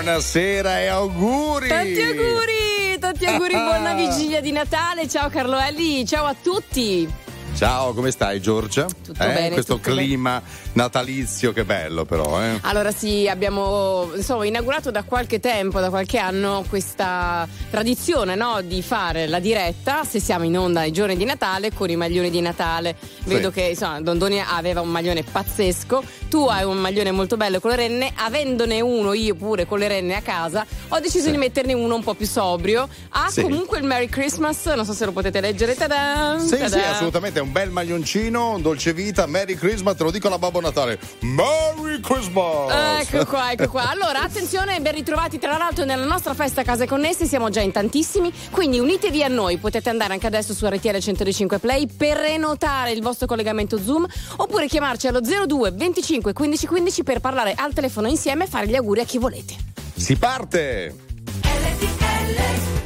Buonasera e auguri! Tanti auguri, buona vigilia di Natale. Ciao Carloelli, ciao a tutti. Ciao, come stai Giorgia? Tutto bene. Questo tutto clima natalizio, che bello però, Allora sì, abbiamo inaugurato da qualche tempo, da qualche anno, questa tradizione, no, di fare la diretta, se siamo in onda ai giorni di Natale, con i maglioni di Natale. Vedo che Dondoni aveva un maglione pazzesco, tu hai un maglione molto bello con le renne, avendone uno io pure con le renne a casa, ho deciso di metterne uno un po' più sobrio. Comunque il Merry Christmas, non so se lo potete leggere. Ta-da! Sì, Ta-da! sì, assolutamente, è un bel maglioncino, un dolce vita, Merry Christmas, te lo dico alla Babbo Natale. Merry Christmas! Ecco qua. Allora, attenzione, ben ritrovati tra l'altro nella nostra festa Case Connesse, siamo già in tantissimi, quindi unitevi a noi, potete andare anche adesso su RTL 105 Play per prenotare il vostro collegamento Zoom, oppure chiamarci allo 02 25 15 15 per parlare al telefono insieme e fare gli auguri a chi volete. Si parte! RTL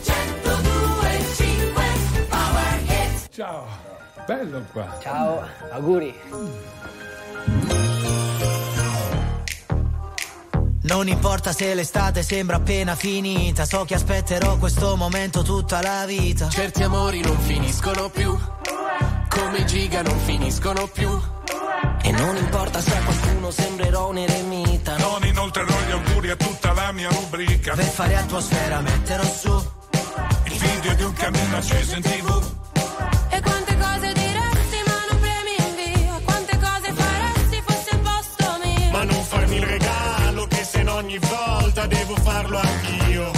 102.5 Power Hit. Ciao, bello qua. Ciao, auguri. Non importa se l'estate sembra appena finita, so che aspetterò questo momento tutta la vita. Certi amori non finiscono più, come giga non finiscono più. E non importa se a qualcuno sembrerò un eremita, Non inoltrerò gli auguri a tutta la mia rubrica. per fare atmosfera metterò su Il video di un cammino acceso in TV. E quante cose diresti ma non premi invia, quante cose faresti fosse il posto mio. Ma non farmi il regalo che se no ogni volta devo farlo anch'io.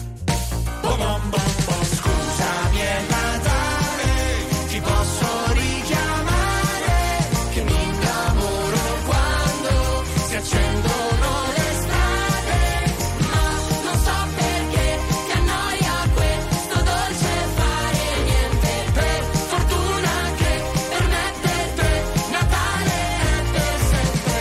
Scusami, è Natale, ti posso richiamare, che mi innamoro quando si accendono le strade. Ma non so perché ti annoia questo dolce fare niente. Per fortuna che per me e per te Natale è per sempre.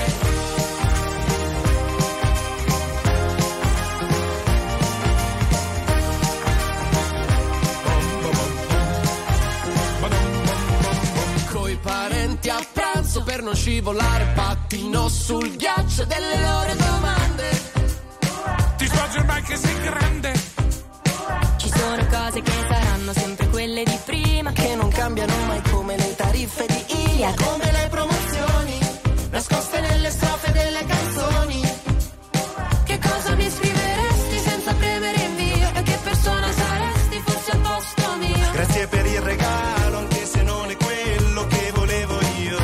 Coi parenti a pranzo per non scivolare, pattino sul ghiaccio delle loro domande. Ti svolge ormai che sei grande. Ci sono cose che saranno sempre quelle di prima, che non cambiano mai, come le tariffe di Ilia, come le promozioni nascoste nelle strofe delle canzoni. Che cosa mi scriveresti senza premere invio? E che persona saresti fosse al posto mio? Grazie per il regalo, anche se non è quello che volevo io.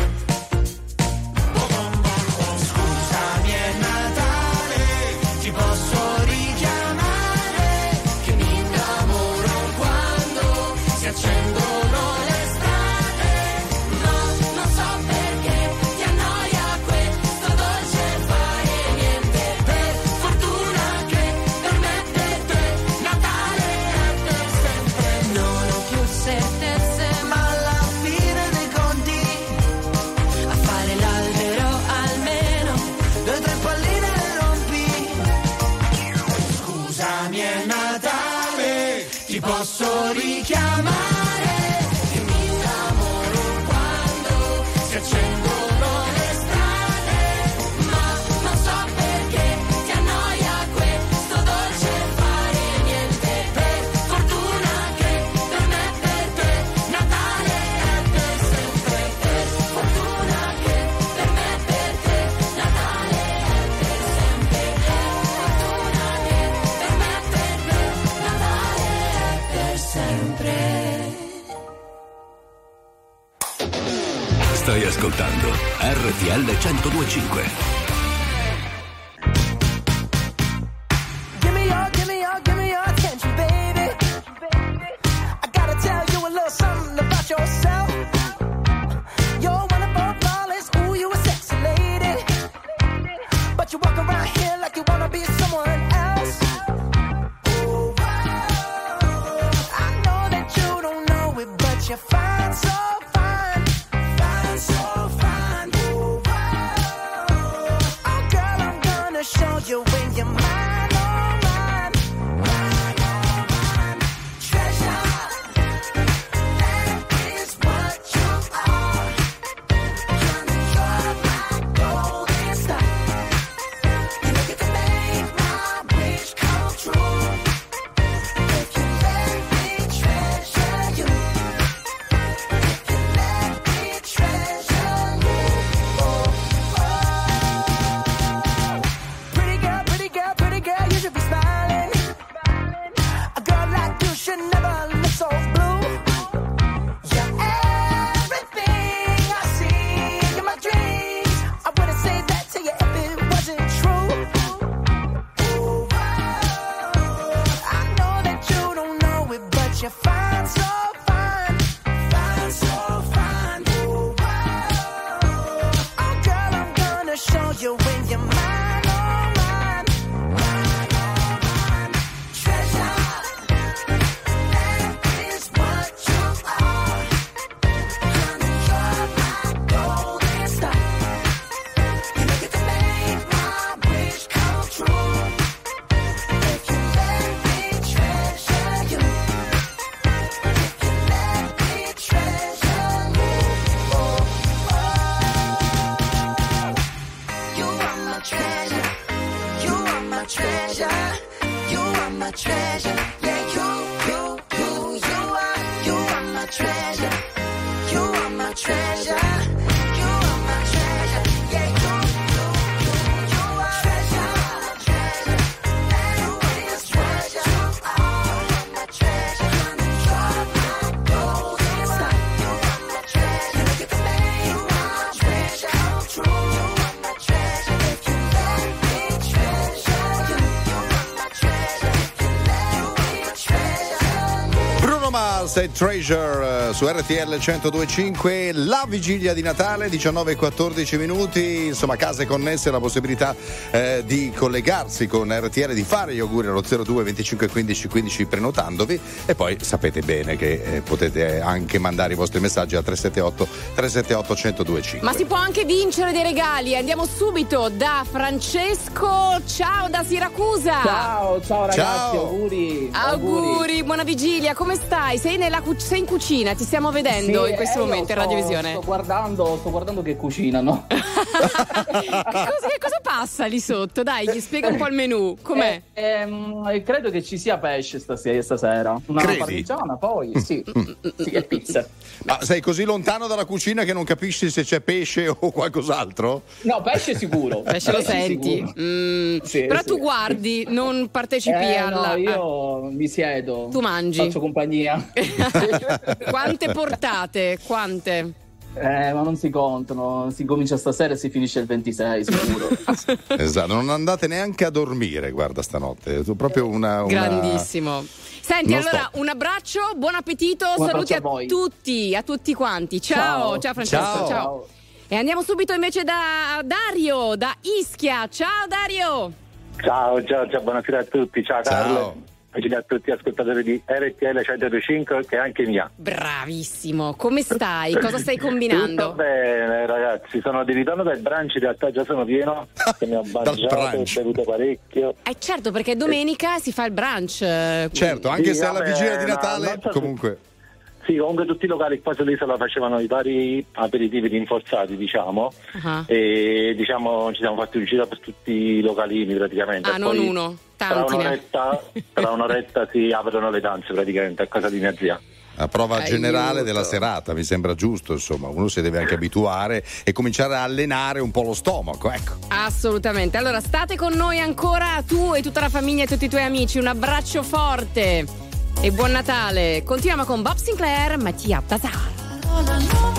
Scusami, è Natale, ti posso richiamare, che mi innamoro quando si accendono le strade. No, non so perché ti annoia questo dolce fare niente. Per fortuna che per me e per te Natale è per sempre. Non ho più certezze, Ma alla fine dei conti, a fare l'albero almeno 2 o 3 palline le rompi. Scusami, è Natale, ti posso richiamare, che mi innamoro quando si accendono le strade. ma non so perché ti annoia questo dolce fare niente. Per fortuna che per me e per te Natale è per sempre. Per fortuna che per me e per te Natale è per sempre. Per fortuna che per me e per te Natale è per sempre. Stai ascoltando RTL 102.5. Give me your attention, baby. I gotta tell you a little something about yourself. You're wonderful, flawless, ooh, you a sexy lady. But you walk around here like you wanna be someone else. Ooh, I know that you don't know it, but you're fine, so fine. Fine, so fine. Ooh, oh, girl, I'm gonna show you when you're mine, oh mine. Mine, oh mine. Treasure, that is what you are. You're my golden star. You look at the make my wish treasure. Yeah, you are my treasure. You are my treasure. You are my treasure. Yeah, you are treasure. You are my treasure. You are my treasure. You are my golden sun. You are my treasure. Look at me. You are treasure. True. You are my treasure. If you let me treasure you, you are my treasure. If you let me treasure. Bruno Mars e Treasure su RTL 102.5, la vigilia di Natale, 19:14 minuti, insomma case connesse, la possibilità di collegarsi con RTL, di fare gli auguri allo 02 25 15 15 prenotandovi, e poi sapete bene che potete anche mandare i vostri messaggi al 378 1025. Ma si può anche vincere dei regali. Andiamo subito da Francesco. Ciao da Siracusa. Ciao ragazzi, Ciao. Auguri, buona vigilia. Come stai? Sei in cucina, ti stiamo vedendo Sì, in questo momento in radiovisione. Sto guardando che cucinano. Che cosa passa lì sotto? Dai, gli spiega un po' il menù. Com'è? Credo che ci sia pesce stasera. Una Credi? parmigiana, poi sì, e pizza. Ma sei così lontano dalla cucina che non capisci se c'è pesce o qualcos'altro? No, pesce sicuro. Pesce lo senti. sicuro. Sì, Però sì. tu guardi, non partecipi alla. No, io mi siedo. Tu mangi. Faccio compagnia. Quante portate? Quante? Ma non si contano. Si comincia stasera e si finisce il 26, sicuro. Esatto, non andate neanche a dormire, guarda, stanotte. Tu proprio una... Grandissimo. Senti, Non allora sto. un abbraccio, buon appetito, Buon saluti abbraccio a tutti quanti. Ciao Francesco, ciao. E andiamo subito invece da Dario, da Ischia. Ciao Dario. Ciao Giorgia, buonasera a tutti, ciao Carlo. Ciao. Buonasera a tutti gli ascoltatori di RTL 105 che è anche mia. Bravissimo, come stai? Cosa stai combinando? Tutto bene ragazzi, sono di ritorno dal brunch, in realtà già sono pieno, che mi ho mangiato, ho brunch. bevuto parecchio. Certo, perché domenica si fa il brunch. Certo, anche Sì, se alla vabbè, vigilia di no, Natale, non so se- comunque... Sì, comunque tutti i locali qua sull'isola facevano i vari aperitivi rinforzati, diciamo, Ah. e diciamo ci siamo fatti un giro per tutti i localini praticamente. Ah, E non poi uno, tra tanti. un'oretta si aprono le danze praticamente a casa di mia zia. La prova Aiuto. generale della serata, mi sembra giusto, insomma, uno si deve anche abituare e cominciare a allenare un po' lo stomaco, ecco. Assolutamente. Allora state con noi ancora, tu e tutta la famiglia e tutti i tuoi amici. Un abbraccio forte e buon Natale. Continuiamo con Bob Sinclair, Mattia Bazar.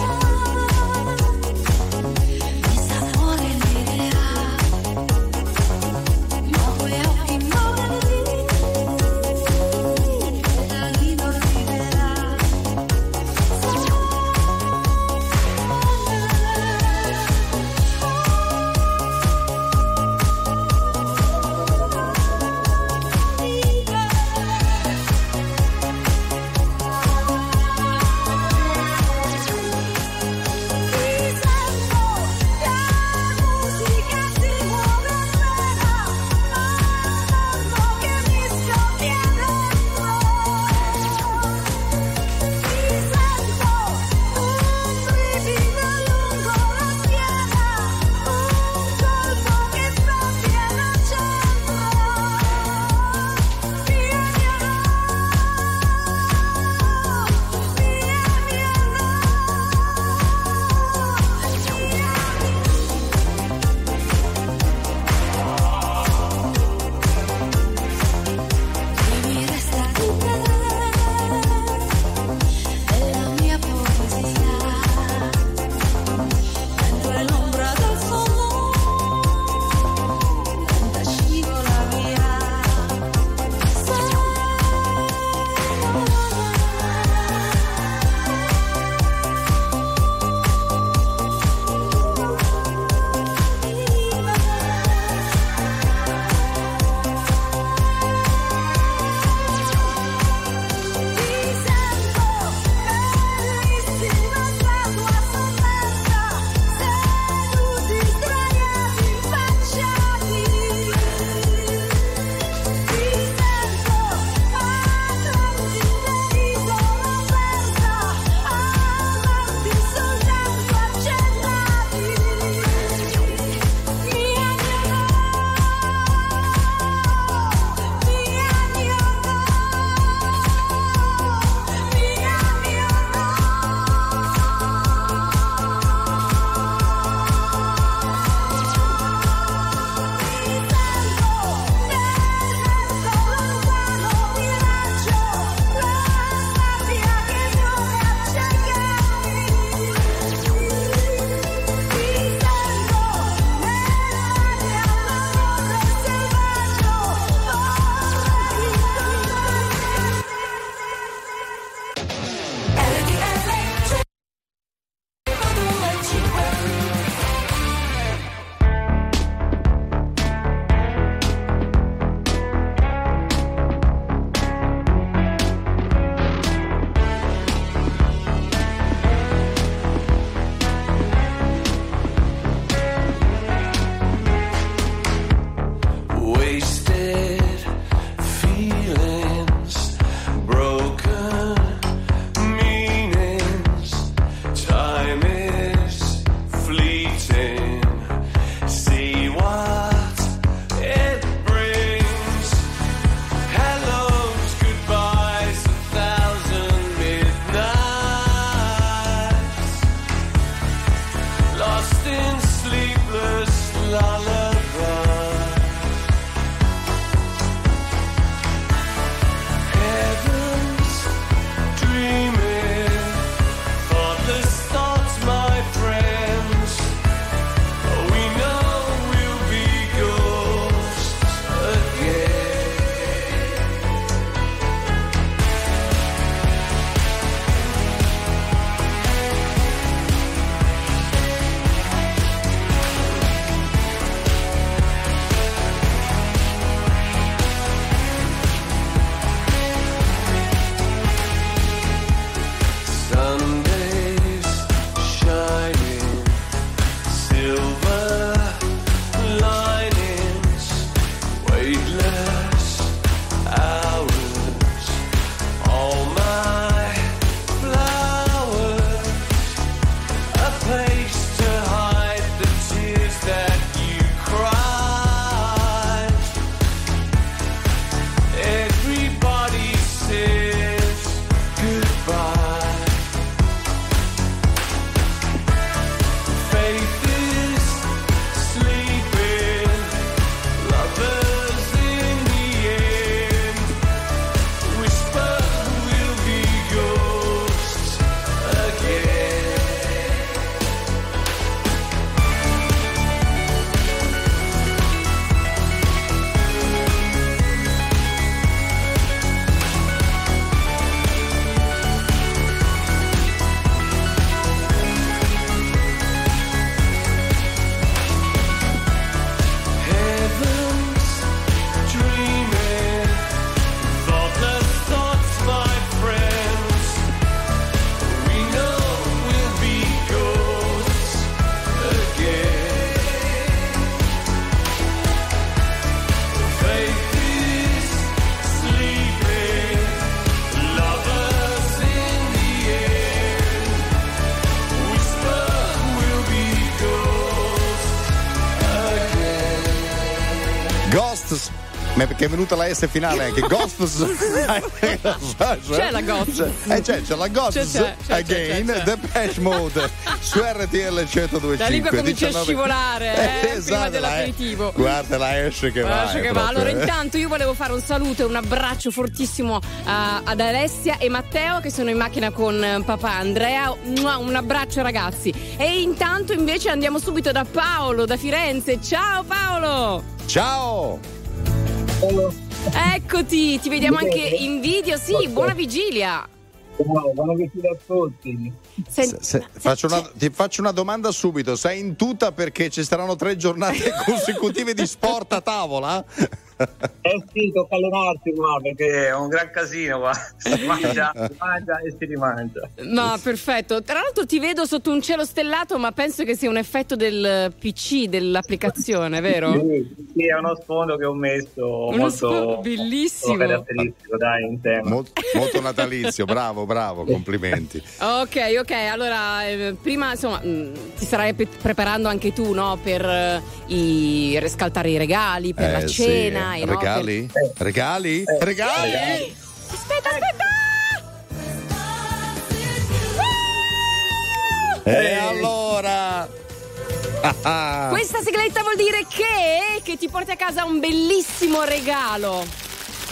Ma perché è venuta la S finale anche Ghost. C'è la Ghost. C'è la Ghost C'è. Again, Depeche Mode su RTL 102.5. La lingua comincia a scivolare prima esatto, dell'aperitivo. Guarda la esce che va. Allora intanto io volevo fare un saluto e un abbraccio fortissimo ad Alessia e Matteo che sono in macchina con papà Andrea. Un abbraccio ragazzi. E intanto invece andiamo subito da Paolo da Firenze. Ciao Paolo. Ciao. Eccoti, ti vediamo anche in video. Sì, buona vigilia. Buona vigilia a tutti. Ti faccio una domanda subito. Sei in tuta perché ci saranno 3 giornate consecutive di sport a tavola? Sì, tocca allenarsi qua perché è un gran casino qua. Si mangia e si rimangia. No, perfetto. Tra l'altro ti vedo sotto un cielo stellato, ma penso che sia un effetto del PC, dell'applicazione, vero? Sì, è uno sfondo che ho messo molto bellissimo, molto caratteristico, dai, in tema. Molto natalizio, bravo, complimenti. Ok, allora prima insomma ti starai preparando anche tu, no? Per riscaldare i regali, per la cena. Sì. Regali? No? Regali? Aspetta! E allora? Questa sigletta vuol dire che ti porti a casa un bellissimo regalo.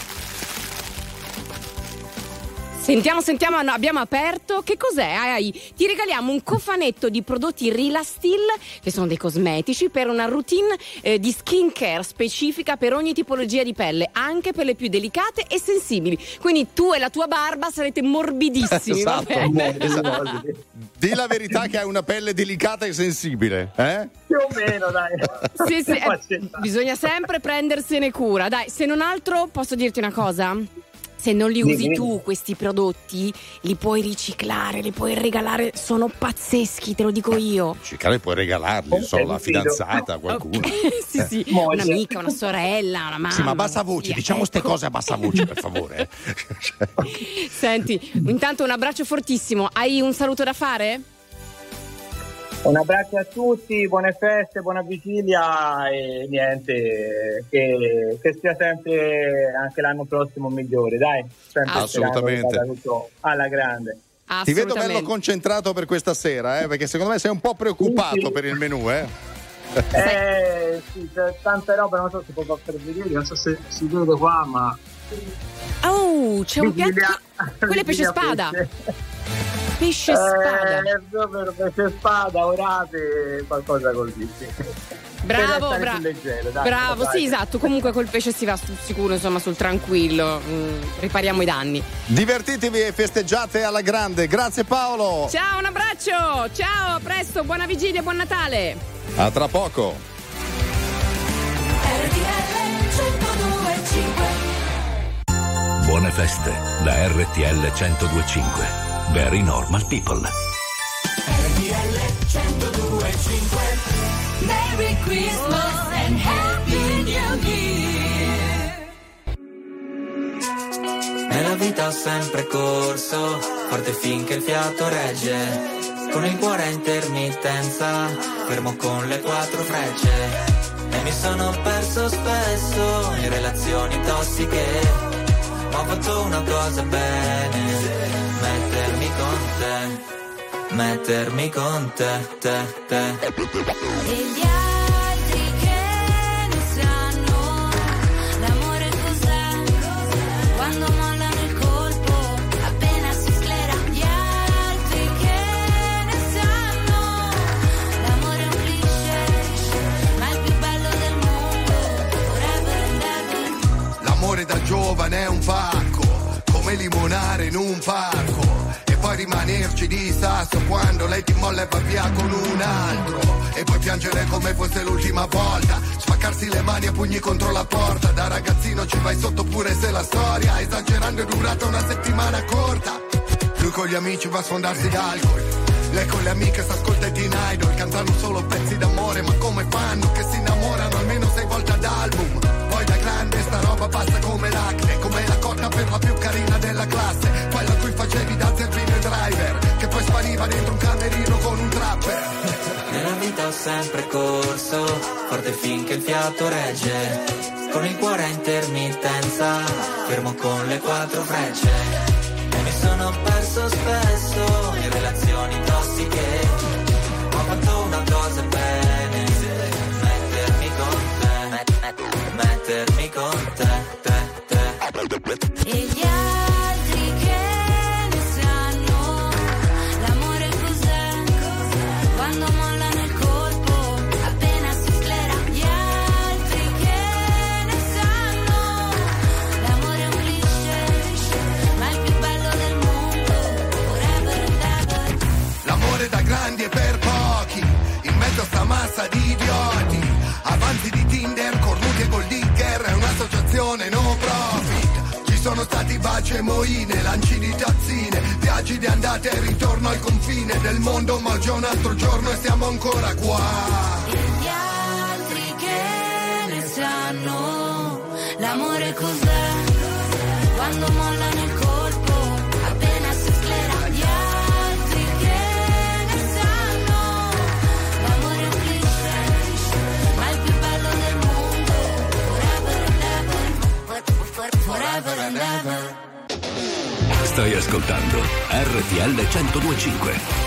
Sentiamo, abbiamo aperto. Che cos'è? Ti regaliamo un cofanetto di prodotti Rilastil, che sono dei cosmetici, per una routine di skincare specifica per ogni tipologia di pelle, anche per le più delicate e sensibili. Quindi tu e la tua barba sarete morbidissimi. Esatto. Di la verità che hai una pelle delicata e sensibile, eh? Più o meno, dai. Sì, bisogna sempre prendersene cura. Dai, se non altro posso dirti una cosa? Se non li usi tu questi prodotti, li puoi riciclare, li puoi regalare, sono pazzeschi, te lo dico io. Riciclare puoi regalarli, la fidanzata, a qualcuno. Sì, un'amica, una sorella, una mamma. Sì, ma a bassa voce, diciamo ste cose a bassa voce, per favore. Senti, intanto un abbraccio fortissimo. Hai un saluto da fare? Un abbraccio a tutti, buone feste, buona vigilia e niente, che sia sempre anche l'anno prossimo migliore, dai. Assolutamente. Tutto alla grande. Ti vedo bello concentrato per questa sera, perché secondo me sei un po' preoccupato per il menù, Sì, c'è tante robe, non so se può far vedere, non so se si vede qua, ma... Oh, c'è un piatto... Quello è pesce spada. Pesce spada. Pesce spada, orate, qualcosa così. Bravo. Leggero, dai, bravo, dai. Sì, esatto. Comunque col pesce si va sul sicuro, insomma, sul tranquillo. Ripariamo i danni. Divertitevi e festeggiate alla grande. Grazie Paolo. Ciao, un abbraccio. Ciao, a presto, buona vigilia, buon Natale. A tra poco. Buone feste da RTL 102.5. Very normal people. RTL 102.5. Merry Christmas and Happy New Year. Nella vita ho sempre corso, forte finché il fiato regge. Con il cuore a intermittenza, fermo con le 4 frecce. E mi sono perso spesso in relazioni tossiche, ma ho fatto una cosa bene, mettermi con te. Degli altri che non sanno l'amore cos'è, quando mollano il colpo, appena si sclera. Gli altri che ne sanno, l'amore è un cliché, ma è il più bello del mondo, forever and ever. L'amore da giovane è un pacco, come limonare in un parco, e poi rimanerci di sasso quando lei ti molla e va via con un altro, e poi piangere come fosse l'ultima volta, spaccarsi le mani a pugni contro la porta. Da ragazzino ci vai sotto pure se la storia, esagerando, è durata una settimana corta. Lui con gli amici va a sfondarsi d'alcol, lei con le amiche s'ascolta i Teen Idol, cantano solo pezzi d'amore, ma come fanno che si innamorano almeno 6 volte ad album. Poi da grande sta roba passa come l'acne, come la cotta per la più carina della classe, quella a cui facevi da zerbino e driver, che poi spariva dentro un camerino con un trapper. Nella vita ho sempre corso, forte finché il fiato regge. con il cuore a intermittenza, fermo con le 4 frecce. E mi sono perso spesso in relazioni tossiche, ma ho fatto una cosa bene, mettermi con te. E gli altri che ne sanno, l'amore cos'è? Quando molla nel colpo, appena si sclera. Gli altri che ne sanno, l'amore è un cliché, ma il più bello del mondo, forever and ever. L'amore da grandi e per pochi, in mezzo a sta massa di idioti, avanti di Tinder, cornuti e gold digger, è un'associazione no profit. Ci sono stati baci e moine, lanci di tazzine, viaggi di andata e ritorno al confine del mondo, ma oggi è un altro giorno e siamo ancora qua. E gli altri che ne sanno, l'amore cos'è? Quando molla nel colpo, appena si sclera. Gli altri che ne sanno, l'amore è un cliché, ma il più bello del mondo, forever and ever, forever and ever. Stai ascoltando RTL 102.5.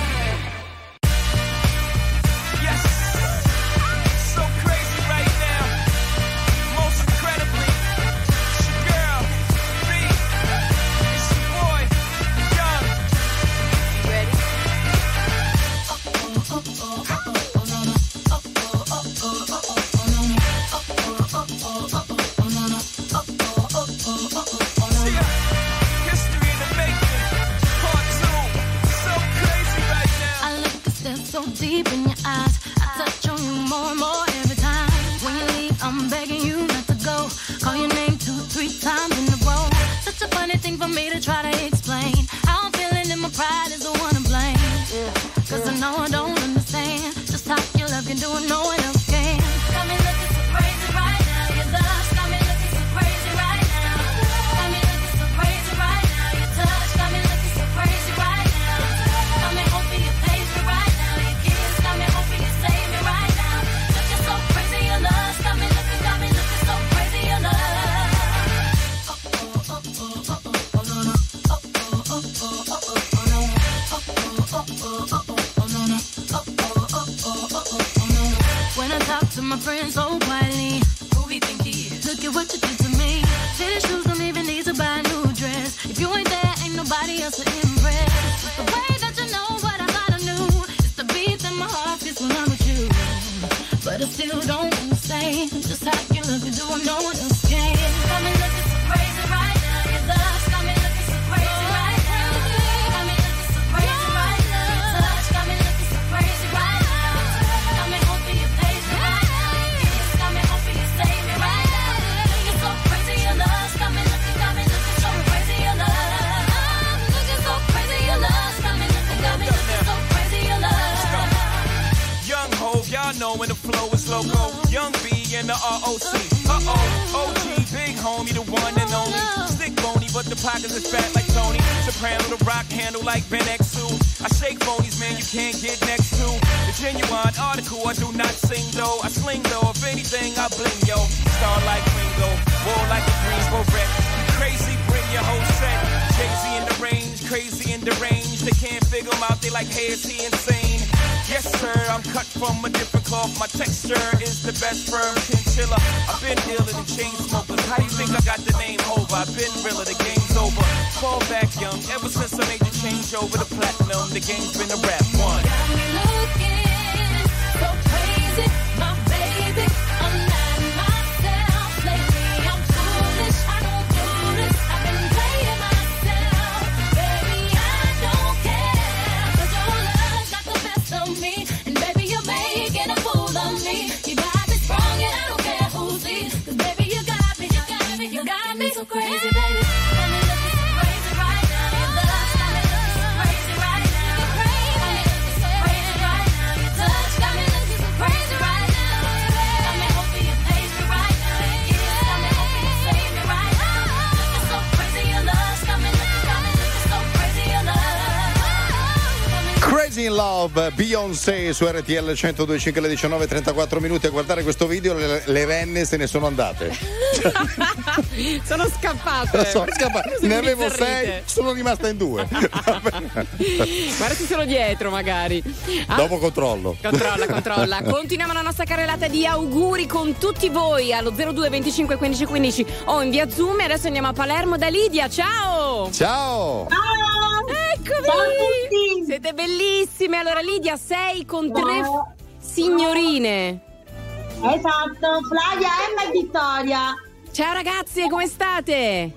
So deep in your eyes, I touch on you more and more every time. When you leave, I'm begging you not to go. Call your name 2-3 times in a row. Such a funny thing for me to try to explain. How I'm feeling and my pride is the one to blame. Cause I know I don't understand just how your love can do it, no one else can. Got me looking so crazy right now. Your love got me looking so crazy right now. Got me looking so crazy right now. Your touch got me looking so crazy right now. Got me hoping you page me right now. Your kiss got me hoping you save me right now. Looking so crazy, your love got me looking so crazy, your love. When I talk to my friends so quietly, who we think he is? Look at what you did to me. Fitted shoes don't even need to buy a new dress. If you ain't there, ain't nobody else to impress. It's the way that you know what I thought I knew. It's the beat that my heart gets when I'm with you. But I still don't understand just how you look and do what no one else can. Got me looking so crazy right now. Your love got me looking so crazy right now. Got me looking so crazy right now. Your touch got me looking so crazy right now. Got me hoping you page me right now. Your kiss got me hoping you save me right now. Looking so crazy, your love got me looking so crazy, your love. Looking so crazy, your love got me looking so crazy, your love. Young Hov, y'all know when the flow is loco. Young B and the ROC. OG, big homie, the one and only. Stick bony, but the pockets is fat like Tony. Soprano, the rock handle like Ben X2. I shake phonies, man, you can't get next to. The genuine article, I do not sing though. I sling though, if anything, I bling yo. Star like Ringo, war like a Greensboro wreck. Crazy, bring your whole set. Jay-Z in the range, crazy in the range. They can't figure him out, they like, hey, is he insane? Yes, sir, I'm cut from a different cloth. My texture is the best firm chinchilla. I've been dealing in chain smokers. How do you think I got the name over? I've been realer, the game's over. Fall back young, ever since I made the change over to platinum, the game's been a rap one. Got me looking so crazy, my baby. I'm not myself lately. I'm foolish, I don't do this. I've been playing myself, baby. I don't care, 'cause your love got the best of me, and baby you're making a fool of me. You got me sprung and I don't care who sees, 'cause baby you got me so crazy, baby. Got me looking so crazy right now. Your love got me looking so crazy right now. Got me looking so crazy right now. Crazy in Love, Beyoncé su RTL 102.5 alle 19:34 minuti. A guardare questo video le renne se ne sono andate. Sono scappate. Ne avevo 6, sono rimasta in 2. Guardati solo dietro magari. Dopo controllo. Controlla. Continuiamo la nostra carrellata di auguri con tutti voi allo 02 25 15 15 o in via Zoom. E adesso andiamo a Palermo da Lidia. Ciao! Ciao! Eccovi! Ciao a tutti! Siete bellissime. Allora Lidia, sei con 3 signorine. Esatto, Flavia, Emma e Vittoria. Ciao ragazze, come state?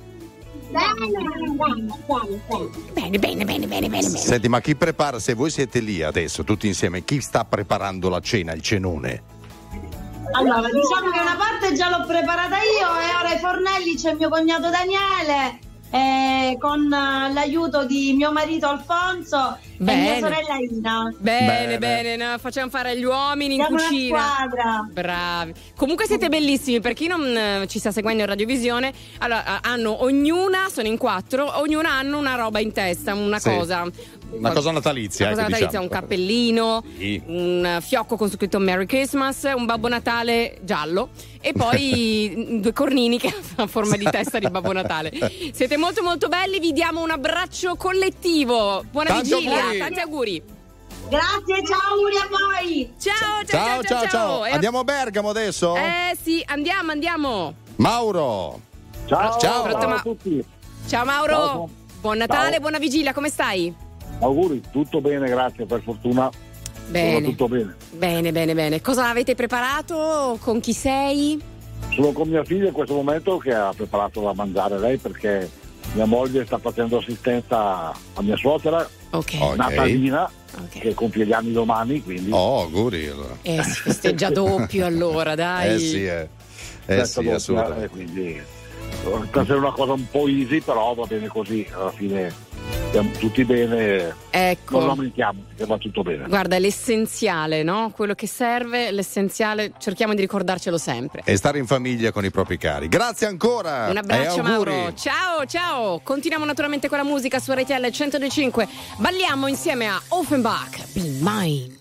Bene. Senti, ma chi prepara, se voi siete lì adesso tutti insieme, chi sta preparando la cena, il cenone? Allora, diciamo che una parte già l'ho preparata io e ora ai fornelli c'è mio cognato Daniele con l'aiuto di mio marito Alfonso e mia sorella Ina. Bene, no, facciamo fare agli uomini in Siamo cucina. una squadra. Bravi. Comunque siete bellissimi, per chi non ci sta seguendo in radiovisione, allora sono in 4, ognuna hanno una roba in testa, una cosa. Una cosa natalizia, Un cappellino, un fiocco con scritto Merry Christmas, un Babbo Natale giallo e poi 2 cornini che hanno forma di testa di Babbo Natale. Siete molto molto belli, vi diamo un abbraccio collettivo. Buona vigilia, tanti auguri. Grazie, ciao, auguri a voi. Ciao. Andiamo a Bergamo adesso? Sì, andiamo. Mauro. Ciao a tutti. Ciao Mauro. Ciao. Buon Natale, Ciao. buona vigilia, come stai? Auguri, tutto bene, grazie, per fortuna. Bene. Tutto bene. Bene. Cosa avete preparato? Con chi sei? Sono con mia figlia in questo momento che ha preparato da mangiare lei perché mia moglie sta facendo assistenza a mia suocera, Natalina, che compie gli anni domani, quindi. Auguri allora. Si festeggia doppio allora, dai. Sì, assolutamente. Quindi può essere una cosa un po' easy, però va bene così, alla fine stiamo tutti bene, ecco. Non lamentiamo, che va tutto bene. Guarda, è l'essenziale, no? Quello che serve, l'essenziale, cerchiamo di ricordarcelo sempre. E stare in famiglia con i propri cari. Grazie ancora. Un abbraccio, e auguri. Mauro. Ciao. Continuiamo naturalmente con la musica su RTL 102.5. Balliamo insieme a Offenbach, Be Mine.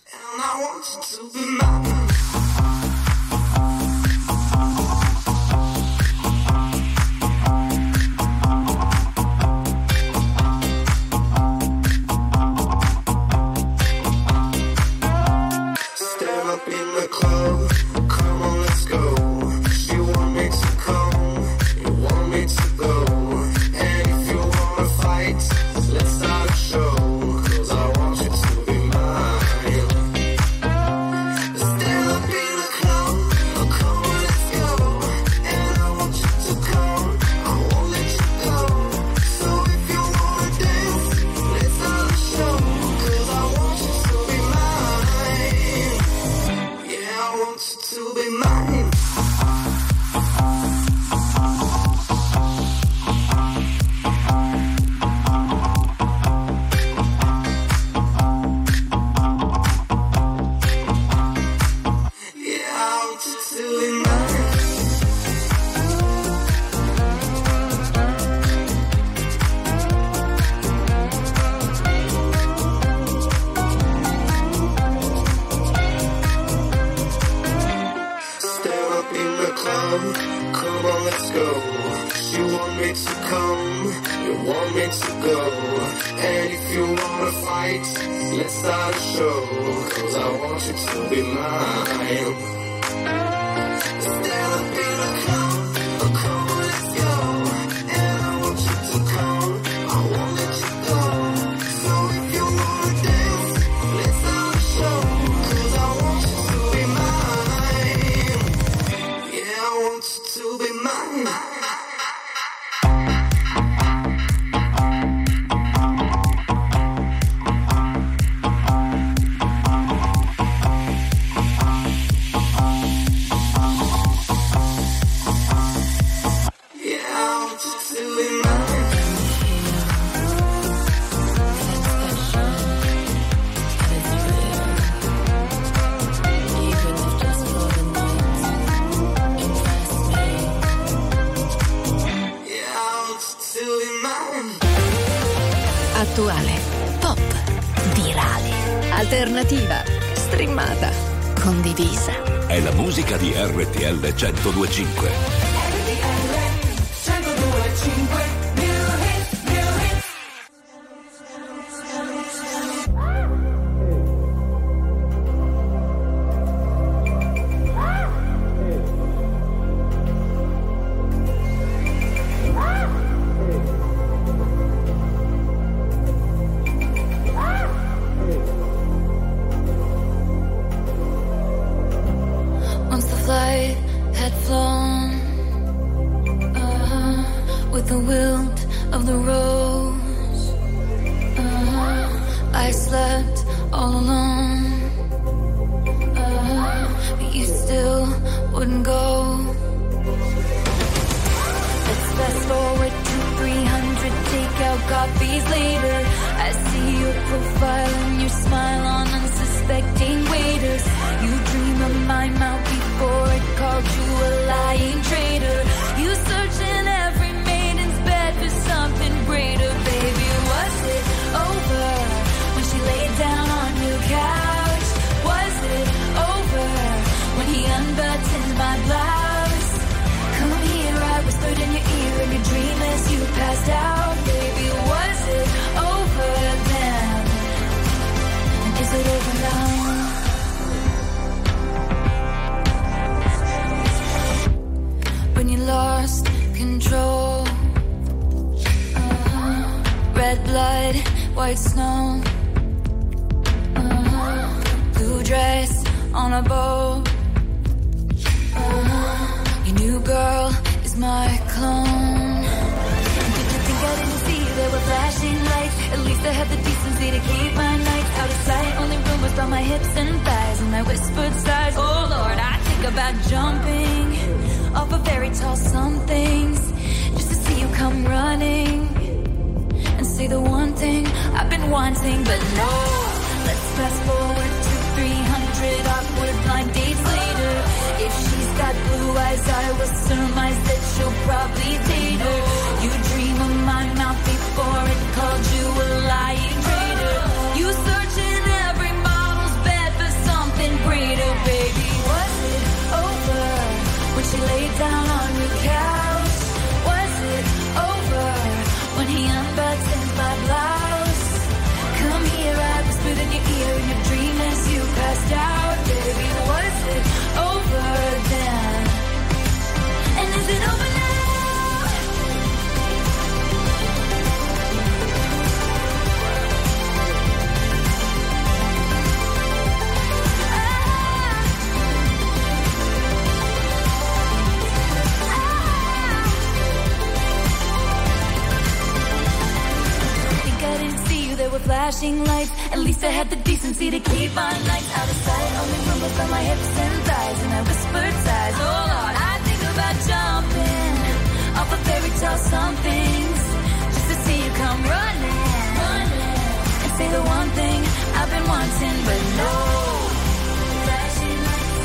Up in the club, come on, let's go. She want me to come, you want me to go. And if you wanna fight, let's start a show. 'Cause I want you to be mine. Still up in the club, oh, come on, let's go. And I want you to come, I won't let you go. So if you wanna dance, let's start a show. 'Cause I want you to be mine. Yeah, I want you to be mine. Yeah, I want you to be mine. Step up in the club, come on, let's go. You want me to come, you want me to go. And if you wanna fight, let's start a show. 'Cause I want you to be mine. Step up in the club, oh, come on, let's go. And I want you to come, I won't let you go. So if you wanna dance, let's start a show. 'Cause I want you to be mine. Yeah, I want you to be mine. alternativa, streamata, condivisa. È la musica di RTL 102.5. Once the flight had flown, with the wilt of the rose, I slept all alone, but you still wouldn't go. Let's fast forward to 300 takeout coffees later. I see your profile and your smile on unsuspecting waiters. You dream of my mouth before it called you a lying traitor. You search in every maiden's bed for something greater. Baby, was it over when she laid down on your couch? Was it over when he unbuttoned my blouse? Come here, I whispered in your ear in your dream as you passed out. Baby, was it over then? And is it over now? When you lost control, red blood, white snow, blue dress on a boat. Your new girl is my clone. Did you think I didn't see there were flashing lights? At least I had the decency to keep my nights out of sight. Only rumors about my hips and thighs and my whispered sighs. Oh Lord, I think about jumping off of very tall somethings just to see you come running and say the one thing I've been wanting. But no, let's fast forward to 300 awkward blind dates later. If she's got blue eyes, I will surmise that she'll probably date her. You dream of my mouth before it called you a lying traitor. You search in every model's bed for something greater. Baby, was it over when she laid down on your couch? Was it over when he unbuttoned my blouse? Come here, I whispered in your ear in your dream as you passed out. Baby, was it over then? And is it over now? There were flashing lights. At least I had the decency to keep my nights out of sight. Only rumors on my hips and thighs, and I whispered sighs. Oh Lord, I think about jumping off of fairy tale somethings just to see you come running and say the one thing I've been wanting, but no. Flashing lights.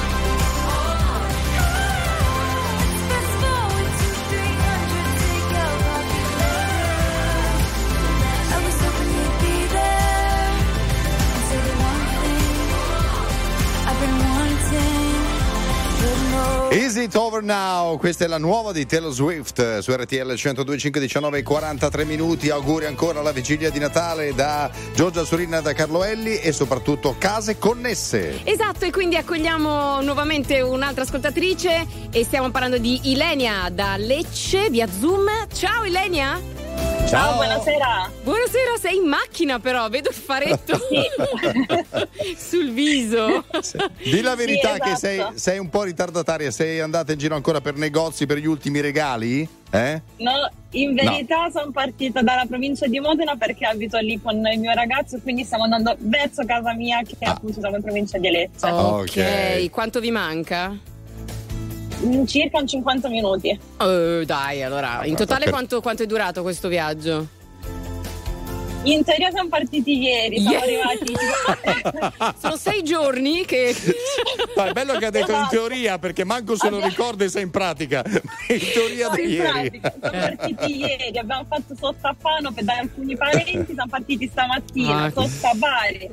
Fast forward to 300 takeout coffee later. I was hoping you'd be there and say the one thing I've been wanting, but no. Is it over now? Questa è la nuova di Taylor Swift su RTL 102.5, 19:43 minuti. Auguri ancora alla vigilia di Natale da Giorgia Surina, da Carlo Elli e soprattutto case connesse. Esatto, e quindi accogliamo nuovamente un'altra ascoltatrice e stiamo parlando di Ilenia da Lecce via Zoom. Ciao Ilenia! Ciao, buonasera. Buonasera, sei in macchina però, vedo il faretto sul viso. Di la verità, Sì, che esatto. sei un po' ritardataria, sei andata in giro ancora per negozi per gli ultimi regali? No, in verità sono partita dalla provincia di Modena perché abito lì con il mio ragazzo, quindi stiamo andando verso casa mia che appunto siamo in provincia di Lecce. Ok, quanto vi manca? Circa 50 minuti. Dai, allora, in totale quanto è durato questo viaggio? In teoria siamo partiti ieri, siamo arrivati. Sono 6 giorni che. Ma è bello che ha detto in teoria, perché manco se lo ricorda e sei in pratica. In teoria da In ieri. pratica, siamo partiti ieri, abbiamo fatto sosta a Fano per dare alcuni parenti, siamo partiti stamattina, Ah, sosta a Bari,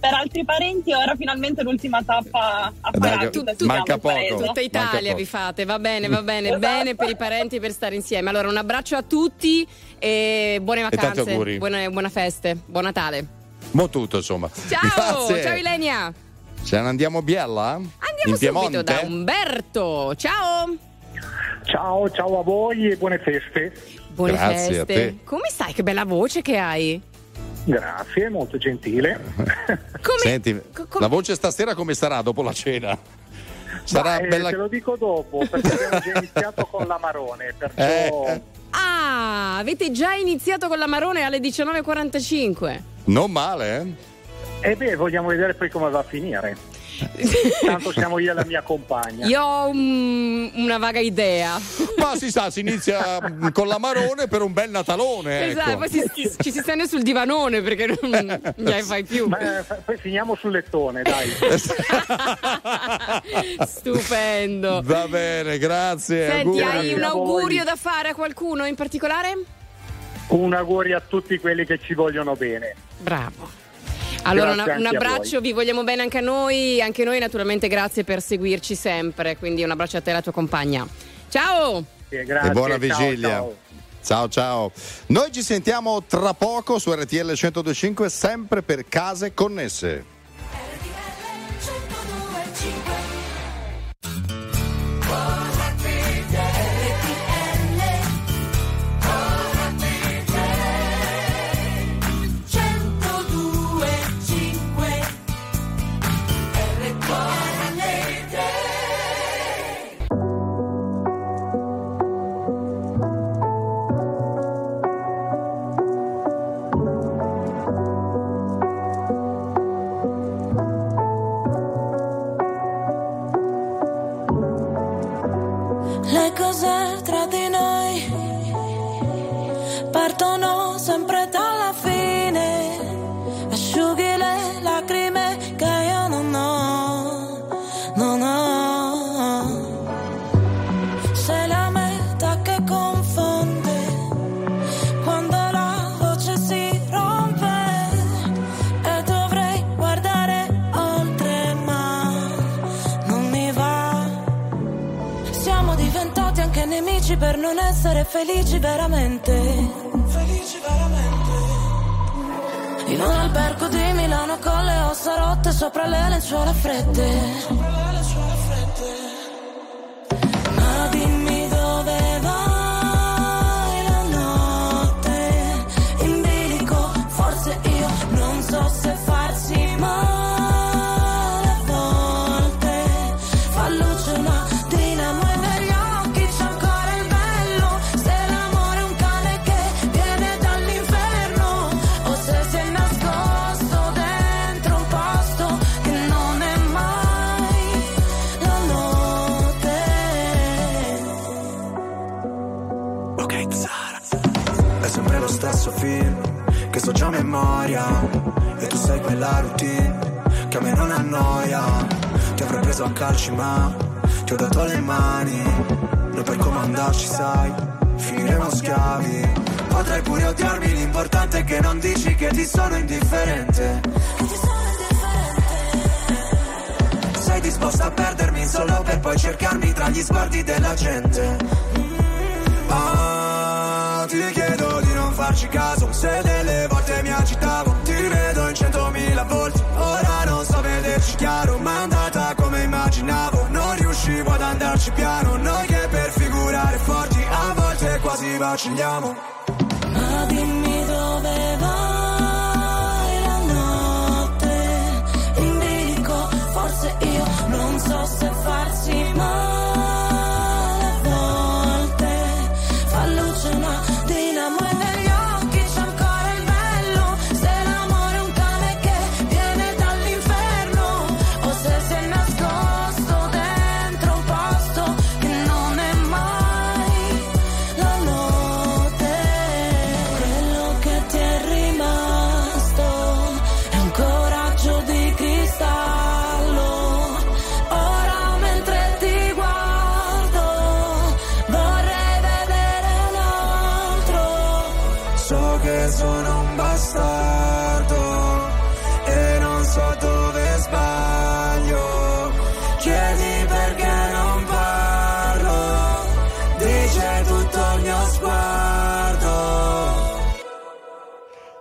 per altri parenti, ora finalmente l'ultima tappa a Paracadute. Manca poco. Tutta Italia vi fate, va bene, Esatto. bene per i parenti per stare insieme. Allora un abbraccio a tutti e buone tanti vacanze, auguri. buone feste, buon Natale. Mo' tutto, insomma. Ciao, Grazie. ciao Ilenia. Ce ne andiamo a Biella? Andiamo In subito Piemonte? da Umberto. Ciao. Ciao a voi e buone feste. Buone Grazie feste. a te. Come stai? Che bella voce che hai. Grazie, molto gentile. Senti, la voce stasera come sarà dopo la cena? Sarà bella. Te lo dico dopo, perché abbiamo già iniziato con l'Amarone, perciò... Ah, avete già iniziato con l'Amarone alle 19:45. Non male, vogliamo vedere poi come va a finire. Tanto siamo io e la mia compagna. Io ho una vaga idea. Ma si sa, si inizia con l'Amarone per un bel Natalone. Esatto, ecco. poi ci si stende sul divanone perché non ne fai più. Poi finiamo sul lettone, dai. Stupendo. Va bene, grazie. Senti, auguri. hai un augurio da fare a qualcuno in particolare? Un augurio a tutti quelli che ci vogliono bene. Bravo. Allora Grazie un anche a abbraccio, voi. vi vogliamo bene anche noi naturalmente grazie per seguirci sempre, quindi un abbraccio a te e alla tua compagna. Ciao! Grazie, E buona ciao, vigilia. Ciao. Noi ci sentiamo tra poco su RTL 102.5, sempre per Case Connesse. Le cose tra di noi partono sempre dalla fine, asciughi le lacrime che io non ho. Sei la metà che confonde quando la voce si rompe e dovrei guardare oltre ma non mi va. Siamo diventati anche nemici per non essere felici veramente. In un albergo di Milano con le ossa rotte sopra le lenzuola fredde. Ma dimmi dove vai la notte in bilico, forse io non so se farsi male a volte. Fa luce una dinamo e negli occhi c'è ancora il bello. Se l'amore è un cane che viene dall'inferno o se si è nascosto dentro un posto che non è mai la notte. Ok, Zara. È sempre lo stesso film che so già a memoria. E tu sei quella routine che a me non annoia. Ti avrei preso a calci ma ti ho dato le mani. Noi per comandarci sai, finiremo schiavi. Potrai pure odiarmi, l'importante è che non dici che ti sono indifferente. Sei disposta a perdermi solo per poi cercarmi tra gli sguardi della gente. Ah, ti chiedo di non farci caso, se delle volte mi agitavo. Ti rivedo in 100.000 volti, ora non so vederci chiaro. Ma è andata come immaginavo, non riuscivo ad andarci piano. Noi che per figurare forti a volte quasi vacilliamo. Ma dimmi dove vai la notte in bilico, forse io non so se farsi male a volte. Fa luce una dinamo e negli occhi c'è ancora il bello. Se l'amore è un cane che viene dall'inferno o se si è nascosto dentro un posto che non è mai la notte. Quello che ti è rimasto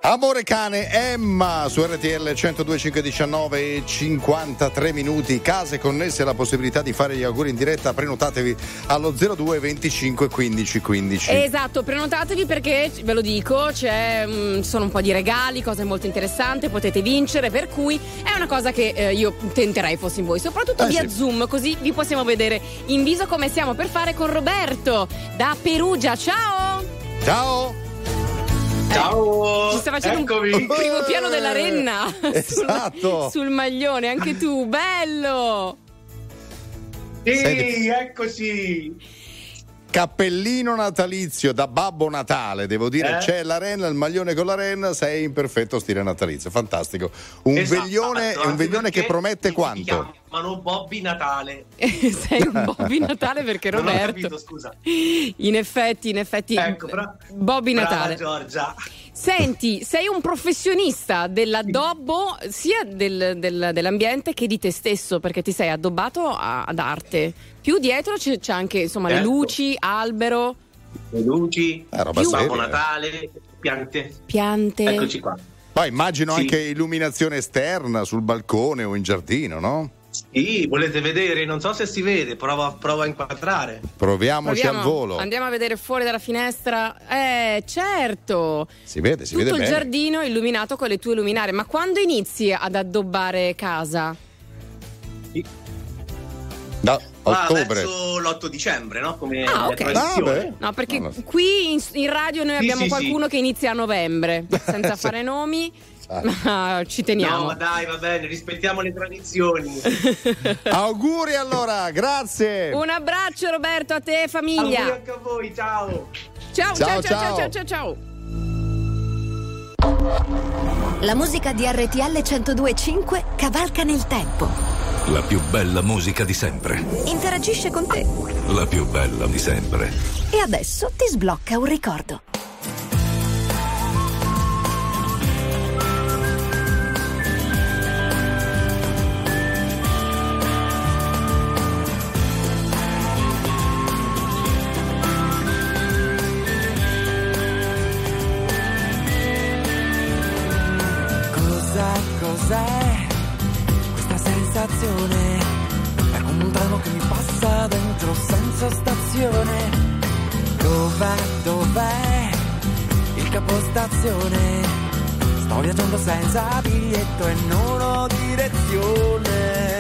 Amore cane, Emma su RTL 102.5, 19 e 53 minuti. Case connesse, la possibilità di fare gli auguri in diretta. Prenotatevi allo 02 25 15 15. Esatto, prenotatevi perché ve lo dico, sono un po' di regali, cose molto interessanti, potete vincere, per cui è una cosa che io tenterei fossi in voi, soprattutto via Zoom, così vi possiamo vedere in viso come stiamo per fare con Roberto da Perugia. Ciao! Ciao! Ci sta facendo un primo piano della renna. Esatto. sul maglione, anche tu, bello. Sì, eccoci. Cappellino natalizio da Babbo Natale, devo dire, c'è la renna, il maglione con la renna, sei in perfetto stile natalizio, fantastico. Un veglione che promette quanto? Ma non Bobby Natale. Sei un Bobby Natale perché Roberto. Non ho capito, scusa. In effetti. Ecco, Bobby Natale. Brava Giorgia. Senti, sei un professionista dell'addobbo sia dell'ambiente che di te stesso, perché ti sei addobbato ad arte. Più dietro c'è anche, insomma, le luci, albero. Le luci, roba Babbo Natale, piante. Eccoci qua. Poi immagino anche illuminazione esterna sul balcone o in giardino, no? Sì, volete vedere? Non so se si vede, provo a inquadrare. Proviamoci al volo. Andiamo a vedere fuori dalla finestra. Certo. Si vede tutto il bene. giardino illuminato con le tue luminarie. Ma quando inizi ad addobbare casa? Da ottobre. Verso l'8 dicembre, no? Come ok. tradizione. No, perché qui in radio noi abbiamo qualcuno che inizia a novembre, senza fare nomi. Ma ci teniamo. No, dai, va bene, rispettiamo le tradizioni. Auguri allora, grazie. Un abbraccio Roberto a te e famiglia. Auguri anche a voi, ciao. Ciao. La musica di RTL 102.5 cavalca nel tempo. La più bella musica di sempre. Interagisce con te. La più bella di sempre. E adesso ti sblocca un ricordo. Cos'è questa sensazione? È come un treno che mi passa dentro senza stazione. Dov'è il capostazione? Sto viaggiando senza biglietto e non ho direzione.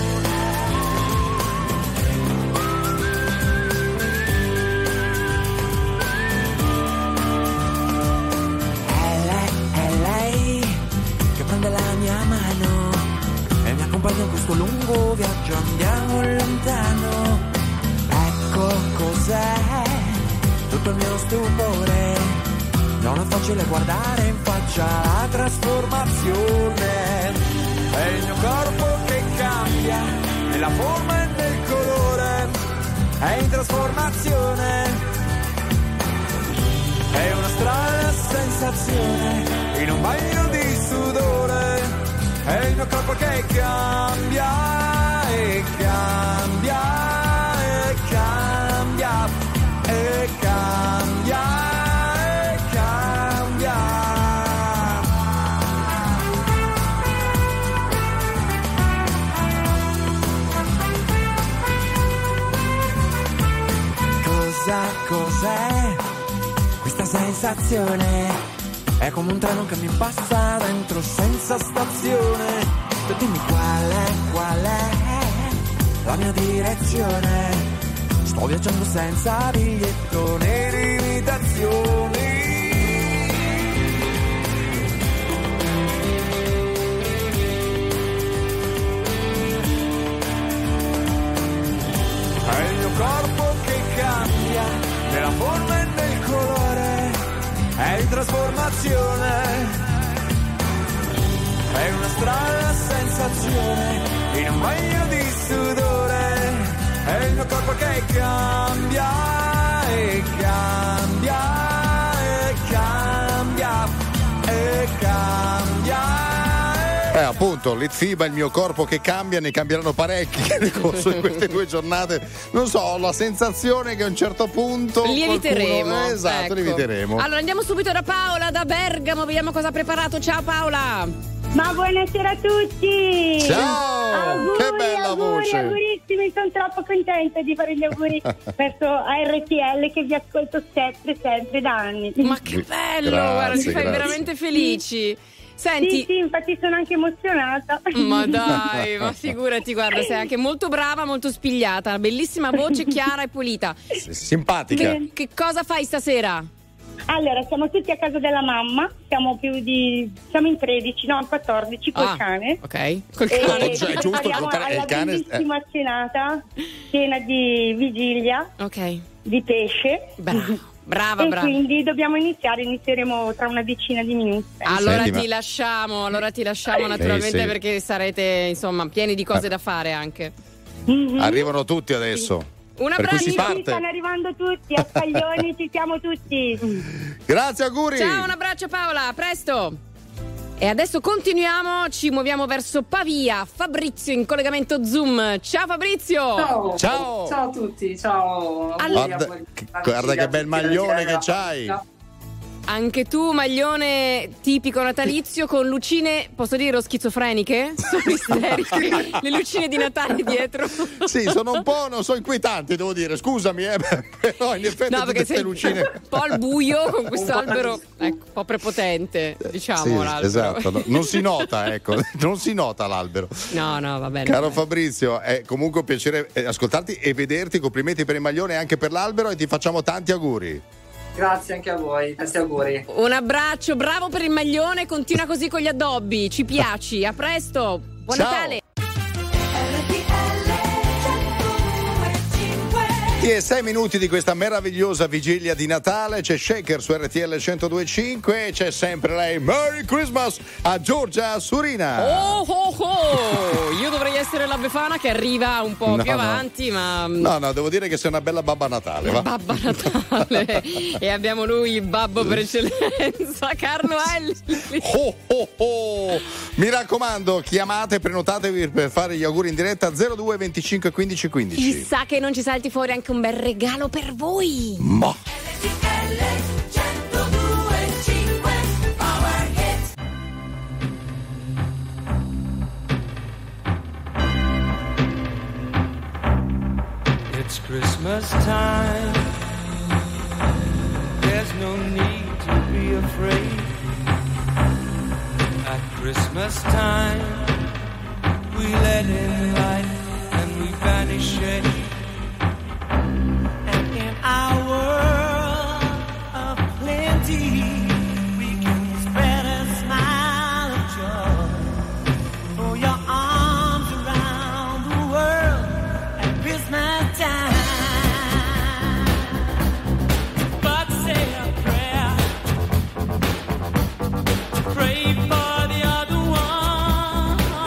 Prende la mia mano e mi accompagna in questo lungo viaggio, andiamo lontano. Ecco cos'è tutto il mio stupore, non è facile guardare in faccia la trasformazione. È il mio corpo che cambia nella forma e nel colore, è in trasformazione, è una strana sensazione in un bagno di sudore, è il mio corpo che cambia e cambia e cambia e cambia e cambia. Cos'è questa sensazione? È come un treno che mi passa dentro senza stazione. Tu dimmi qual è la mia direzione. Sto viaggiando senza biglietto né limitazioni. È il mio corpo che cambia nella forma e nel colore, è in trasformazione, è una strana sensazione in un bagno di sudore, è il mio corpo che cambia e cambia e cambia e cambia e Appunto, l'Itfiba, il mio corpo che cambia, ne cambieranno parecchi nel corso di queste 2 giornate. Non so, ho la sensazione che a un certo punto lieviteremo. Qualcuno... Esatto, ecco. lieviteremo. Allora andiamo subito da Paola da Bergamo, vediamo cosa ha preparato. Ciao Paola. Ma buonasera a tutti! Ciao! Auguri, Che bella voce! Augurissimi, sono troppo contenta di fare gli auguri verso RTL che vi ascolto sempre da anni. Ma che bello, guarda, ci fai veramente felici. Senti, sì, infatti sono anche emozionata. Ma dai, ma figurati, guarda, sei anche molto brava, molto spigliata, una bellissima voce, chiara e pulita. Simpatica. Che cosa fai stasera? Allora, siamo tutti a casa della mamma, siamo in 13, no, 14 col cane. Ok, col cane. E giusto prepariamo giocare il cane. bellissima cenata, cena di vigilia, di pesce. Brava. Quindi dobbiamo inizieremo tra una decina di minuti. Allora ti lasciamo naturalmente sì. perché sarete insomma pieni di cose da fare anche. Arrivano tutti adesso. Un per cui si Sì, parte. stanno arrivando tutti, a Scaglioni ci siamo tutti. Grazie, auguri. Ciao, un abbraccio Paola, a presto. E adesso continuiamo, ci muoviamo verso Pavia. Fabrizio in collegamento Zoom. Ciao Fabrizio. Ciao a tutti, ciao. Guarda che bel maglione che c'hai. Anche tu maglione tipico natalizio con lucine, posso dire schizofreniche? Sono isteriche, le lucine di Natale dietro. Sì, sono un po', non so, inquietanti, devo dire, scusami, però in effetti tutte queste lucine. Un po' al buio con questo albero, ecco, un po' prepotente, diciamo, sì, l'albero. esatto, no, non si nota, ecco, non si nota l'albero. No, va bene. Caro Fabrizio, è comunque un piacere ascoltarti e vederti, complimenti per il maglione e anche per l'albero e ti facciamo tanti auguri. Grazie anche a voi, tanti auguri. Un abbraccio, bravo per il maglione, continua così con gli addobbi, ci piaci, a presto, buon Ciao. Natale. E 6 minuti di questa meravigliosa vigilia di Natale, c'è Shaker su RTL 102.5 e c'è sempre lei, Merry Christmas a Giorgia Surina. Oh. Io dovrei essere la Befana che arriva un po' più avanti, ma No, devo dire che sei una bella babba Natale, va? Babba Natale. E abbiamo lui il babbo per eccellenza, Carlo Elli. Mi raccomando, chiamate, prenotatevi per fare gli auguri in diretta 02 25 15 15. Chissà che non ci salti fuori anche un bel regalo per voi. Ma It's Christmas time. There's no need to be afraid. At Christmas time, we let in light and we banish shade. And in our world of plenty, we can spread a smile of joy. Throw your arms around the world at Christmas time. But say a prayer, pray for the other one.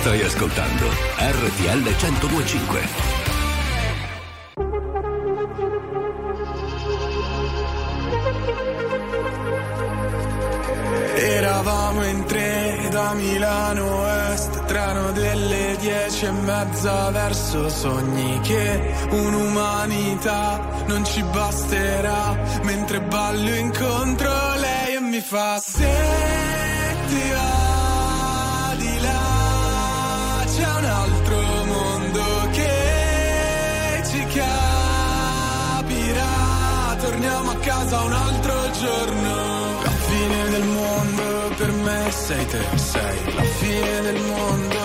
Stai ascoltando RTL 102.5. Eravamo in tre da Milano Est, treno delle 10:30 verso sogni che un'umanità non ci basterà, mentre ballo incontro lei e mi fa: se ti va di là c'è un altro mondo che ci capirà, torniamo a casa un altro giorno. La fine del mondo per me sei te, sei la fine del mondo.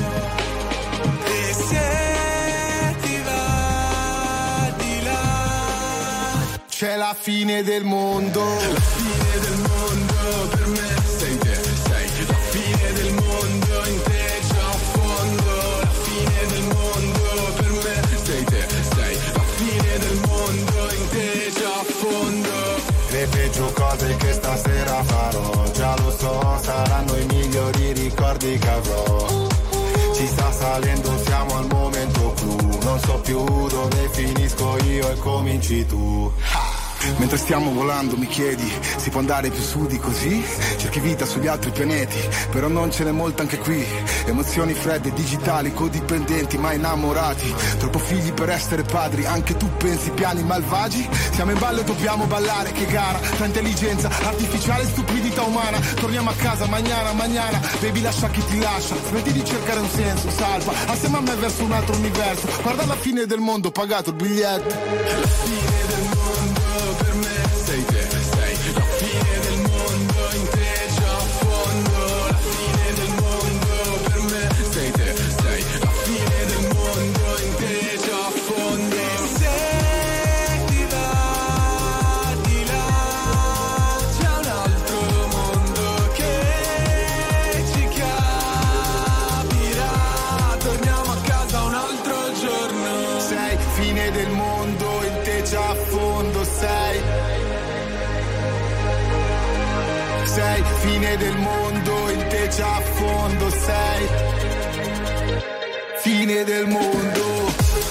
E se ti va di là c'è la fine del mondo. La fine del mondo per me sei te, sei la fine del mondo, in te già a fondo. La fine del mondo per me sei te, sei la fine del mondo, in te già a fondo. Le peggio cose che stasera farò, già lo so, saranno i migliori ricordi che avrò. Ci sta salendo, siamo al momento clou, non so più dove finisco io e cominci tu. Mentre stiamo volando mi chiedi, si può andare più su di così? Cerchi vita sugli altri pianeti, però non ce n'è molta anche qui. Emozioni fredde, digitali, codipendenti, ma innamorati. Troppo figli per essere padri, anche tu pensi piani malvagi? Siamo in ballo e dobbiamo ballare, che gara tra intelligenza artificiale e stupidità umana. Torniamo a casa, mañana, baby lascia chi ti lascia. Smetti di cercare un senso, salva, assieme a me verso un altro universo. Guarda la fine del mondo, pagato il biglietto. La fine del mondo per me sei te, sei la fine del mondo, in te già a fondo. La fine del mondo per me sei te, sei la fine del mondo, in te già a fondo. E se ti va di là c'è un altro mondo che ci capirà, torniamo a casa un altro giorno. Sei fine del mondo, in te già a fondo, sei fine del mondo, in te già a fondo, sei fine del mondo.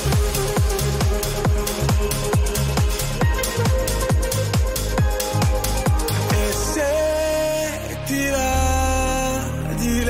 E se ti va di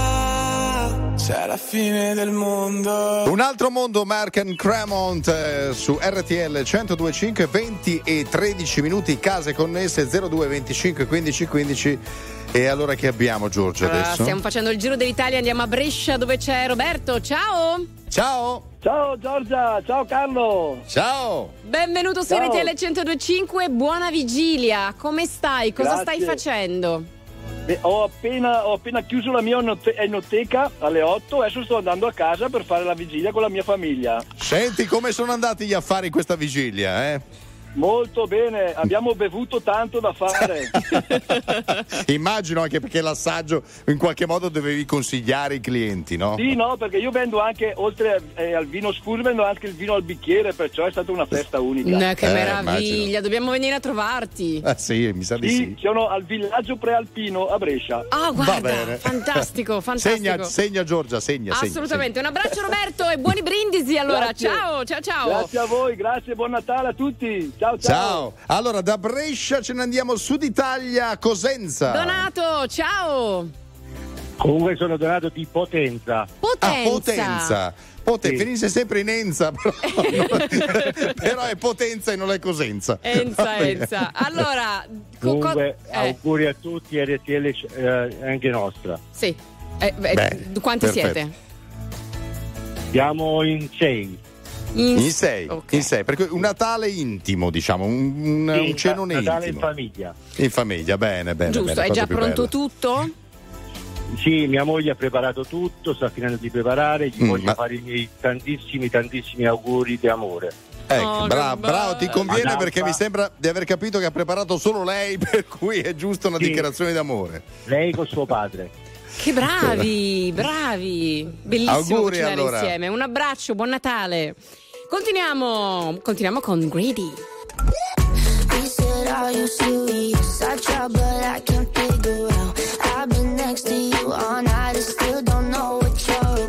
là c'è la fine del mondo. Un altro mondo, Mark and Cremont su RTL 102.5, 20 e 13 minuti, case connesse 02 25 15 15. E allora che abbiamo, Giorgia, adesso? Stiamo facendo il giro dell'Italia, andiamo a Brescia dove c'è Roberto. Ciao! Ciao! Ciao Giorgia, ciao Carlo! Ciao! Benvenuto su Ciao. RTL 102.5, buona vigilia, come stai? Cosa Grazie. stai facendo? Ho appena chiuso la mia enoteca alle 8, adesso sto andando a casa per fare la vigilia con la mia famiglia. Senti, come sono andati gli affari questa vigilia, Molto bene, abbiamo bevuto tanto da fare. Immagino, anche perché l'assaggio in qualche modo dovevi consigliare i clienti, no? Sì, no, perché io vendo anche, oltre al vino scuro, vendo anche il vino al bicchiere, perciò è stata una festa unica. Che meraviglia, immagino. dobbiamo venire a trovarti. Sì, mi sa di sì. Sono al villaggio prealpino a Brescia. Ah, Va guarda, bene. fantastico, fantastico. Segna Giorgia, segna. Assolutamente, un abbraccio Roberto e buoni brindisi allora. Grazie. Ciao. Grazie a voi, grazie, buon Natale a tutti. Ciao. Ciao. Allora, da Brescia ce ne andiamo Sud Italia a Cosenza. Donato, ciao. Comunque sono Donato di Potenza. Potenza. Sì. Finisce sempre in Enza, però è Potenza e non è Cosenza. Enza. Allora, Comunque, auguri a tutti, RTL anche nostra. Sì. perfetto. Quanti siete? Siamo in 6. In 6, perché un Natale intimo, diciamo, un cenone Natale intimo. in famiglia. In famiglia, bene. Giusto, è già pronto tutto? Sì, mia moglie ha preparato tutto, sta finendo di preparare, gli voglio fare i miei tantissimi auguri di amore. Ecco, bravo, ti conviene perché mi sembra di aver capito che ha preparato solo lei, per cui è giusta una dichiarazione d'amore. Lei con suo padre. Che bravi, bellissimo Auguri, cucinare allora. insieme. Un abbraccio, buon Natale. Continuiamo con Greedy. We said, are you serious? I try, but I can't figure out. I've been next to you all night and still don't know what you're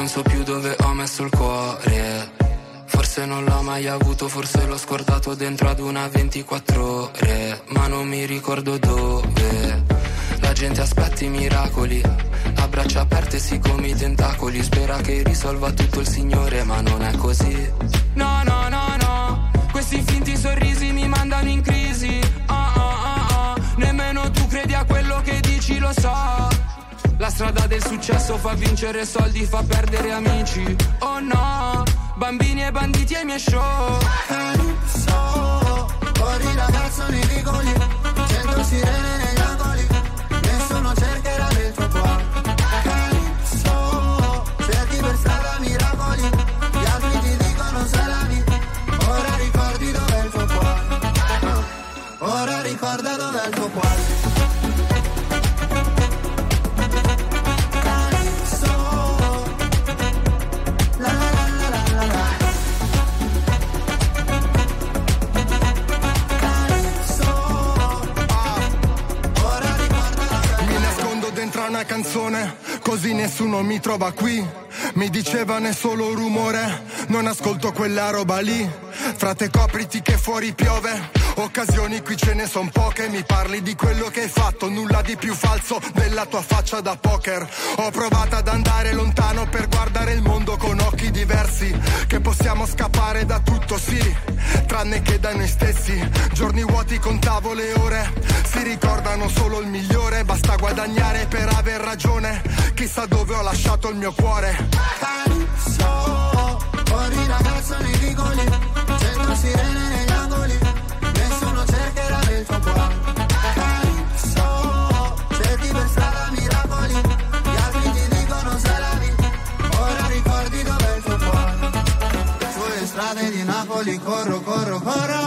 penso più dove ho messo il cuore. Forse non l'ho mai avuto, forse l'ho scordato dentro ad una 24 ore, ma non mi ricordo dove. La gente aspetta i miracoli, a braccia aperte sì come i tentacoli. Spera che risolva tutto il Signore, ma non è così. No, no, no, no, questi finti sorrisi mi mandano in crisi. Nemmeno tu credi a quello che dici, lo so. La strada del successo fa vincere soldi, fa perdere amici. Oh no, bambini e banditi ai miei show. Calypso, fuori ragazzo nei vicoli, 100 sirene negli angoli, nessuno cercherà del tuo cuore. Calypso, cerchi per strada miracoli, gli altri ti dicono salami, ora ricordi dov'è il tuo cuore. Ora ricorda dov'è il tuo cuore. Una canzone, così nessuno mi trova qui. Mi dicevano è solo rumore, non ascolto quella roba lì. Frate copriti che fuori piove, occasioni qui ce ne son poche. Mi parli di quello che hai fatto, nulla di più falso della tua faccia da poker. Ho provato ad andare lontano per guardare il mondo con occhi diversi. Che possiamo scappare da tutto sì, tranne che da noi stessi. Giorni vuoti contavo le ore, si ricordano solo il migliore. Basta guadagnare per aver ragione, chissà dove ho lasciato il mio cuore. Calypso, fuori ragazzo nei vicoli, 100 sirene negli angoli, nessuno cercherà del tuo cuore. Calypso, cerchi per strada miracoli, gli altri ti dicono salami, ora ricordi dov'è il tuo cuore. Sulle strade di Napoli corro, corro,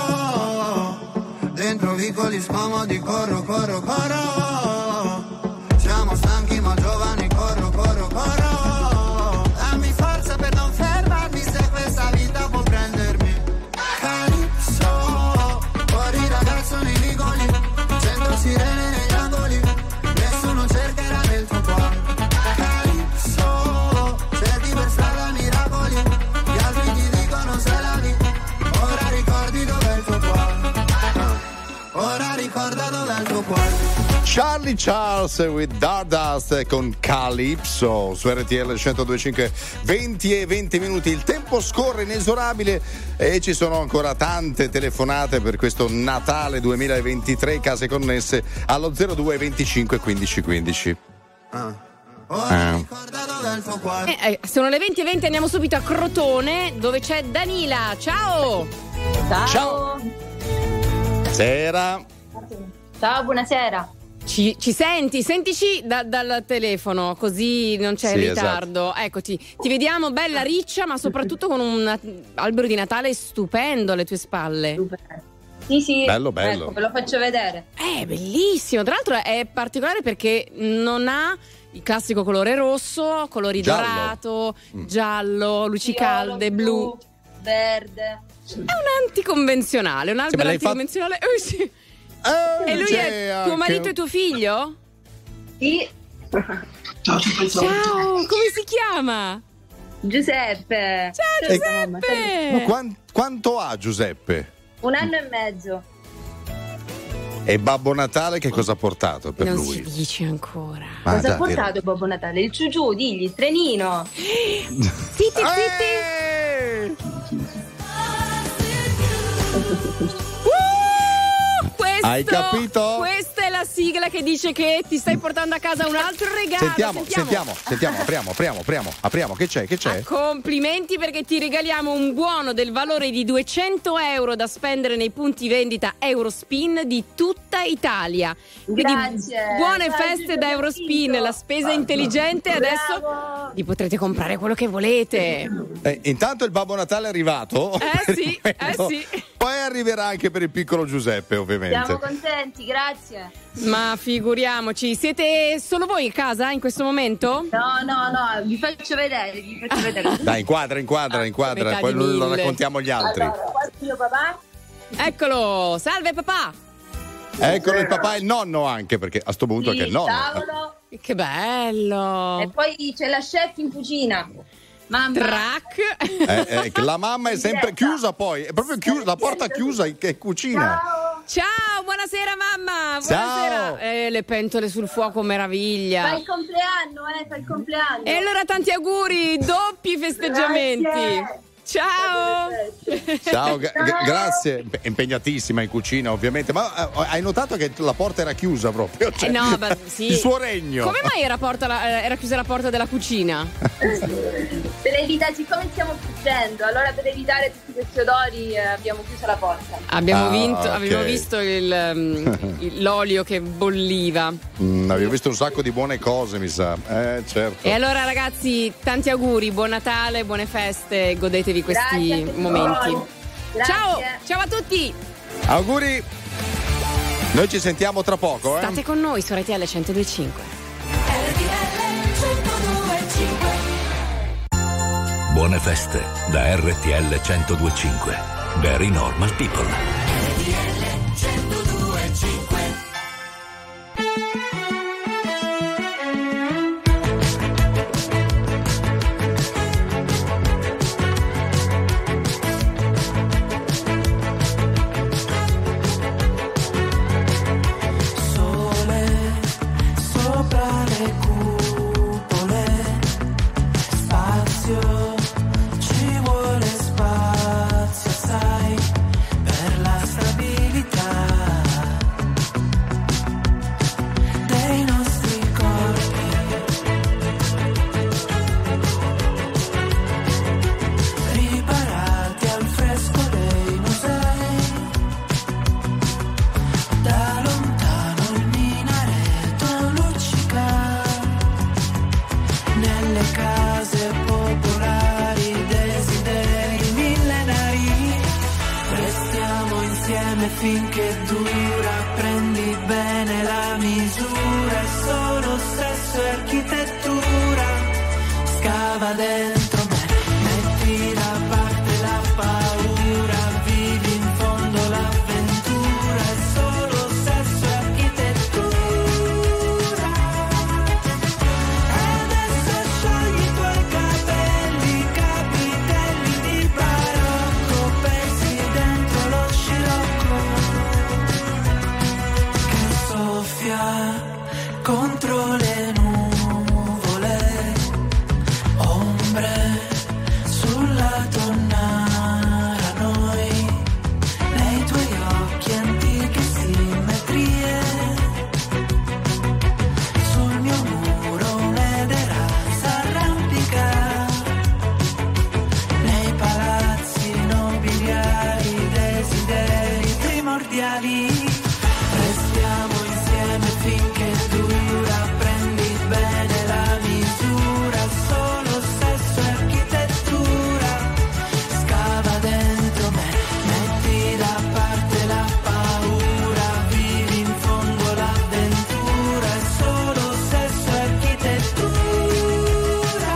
corro, dentro vicoli scomodi corro, corro, corro. Siamo stanchi ma giovani, corro, corro, corro. Dammi forza per non fermarmi se questa vita può prendermi. Calypso, fuori ragazzo nei vicoli, 100 sirene negli angoli, nessuno cercherà del tuo cuore. Calypso, cerchi per strada miracoli, gli altri ti dicono salami, ora ricordi dov'è il tuo cuore. Ora ricorda dov'è il tuo cuore. Charlie Charles with Stardust con Calypso su RTL 102.5, 20 e 20 minuti. Il tempo scorre inesorabile e ci sono ancora tante telefonate per questo Natale 2023. Case connesse allo 02 25 15 15. Sono le 20:20, andiamo subito a Crotone dove c'è Danila. Ciao! Ciao! Sera. Ciao, buonasera. Ci senti? Sentici dal telefono, così non c'è Sì, ritardo. esatto. Eccoti, ti vediamo bella riccia, ma soprattutto con un albero di Natale stupendo alle tue spalle. Sì, Bello, bello. Ecco, ve lo faccio vedere. Bellissimo. Tra l'altro è particolare perché non ha il classico colore rosso, colori Giallo. dorato, giallo, luci calde, blu. Verde. È un anticonvenzionale, un albero l'hai fatto- anticonvenzionale. Sì. E lui c'è è tuo anche- marito e tuo figlio? Sì. Ciao, come si chiama? Giuseppe. Ciao Giuseppe. Ma quanto ha Giuseppe? 1 anno e mezzo. E Babbo Natale che cosa ha portato per Non lui? si dice ancora. Ma Cosa dai, ha portato Babbo Natale? Il ciuciù, digli, il trenino. Zitti, Hai capito? Questa è la sigla che dice che ti stai portando a casa un altro regalo. Sentiamo, apriamo, che c'è? Complimenti perché ti regaliamo un buono del valore di 200 euro da spendere nei punti vendita Eurospin di tutta Italia. Quindi Grazie. buone Dai, feste Giuseppe, da ho Eurospin, vinto. la spesa intelligente. Adesso vi potrete comprare quello che volete. Intanto il Babbo Natale è arrivato. Sì. Poi arriverà anche per il piccolo Giuseppe, ovviamente. Siamo contenti, grazie. Ma figuriamoci, siete solo voi in casa in questo momento? No, vi faccio vedere. Dai, inquadra, metà poi di lo mille. raccontiamo agli altri. Allora, qua è mio papà. Eccolo, salve papà. Eccolo il papà e il nonno anche, perché a sto punto Sì, che è il nonno. tavolo. Che bello. E poi c'è la chef in cucina. Track. La mamma è sempre chiusa, poi è proprio chiusa, la porta chiusa in cucina. Ciao, buonasera mamma. Ciao. Buonasera. Le pentole sul fuoco, meraviglia. Fai il compleanno, fai il compleanno. E allora tanti auguri, doppi festeggiamenti. Grazie. Ciao. Ciao, grazie. Impegnatissima in cucina, ovviamente. Ma hai notato che la porta era chiusa proprio? Cioè, no, sì. Il suo regno. Come mai era chiusa la porta della cucina? Per evitare, siccome stiamo fuggendo, allora per evitare tutti questi odori abbiamo chiuso la porta. Abbiamo visto l'olio che bolliva. Abbiamo visto un sacco di buone cose, mi sa. Certo. E allora ragazzi, tanti auguri, buon Natale, buone feste, godetevi questi momenti. Ciao a tutti. Auguri. Noi ci sentiamo tra poco. State con noi su RTL 102.5. Buone feste da RTL 102.5. Very Normal People. RTL 102.5. Ci vuole spazio, sai, per la stabilità dei nostri corpi. Riparati al fresco dei musei, da lontano il minareto luccica nelle case popolari, desideri millenari. Restiamo insieme finché dura, prendi bene la misura, è solo sesso e architettura. Scava dentro me, metti da parte la paura, vivi in fondo l'avventura, è solo sesso e architettura. Adesso sciogli i tuoi capelli, capitelli di barocco, persi dentro lo scirocco che soffia contro le nuvole, ombre sul lato nara noi, nei tuoi occhi antiche simmetrie, sul mio muro un'edera s'arrampica, nei palazzi nobiliari, desideri primordiali. Restiamo insieme finché dura, prendi bene la misura, solo sesso e architettura. Scava dentro me, metti da parte la paura, vivi in fondo l'avventura, è solo sesso e architettura.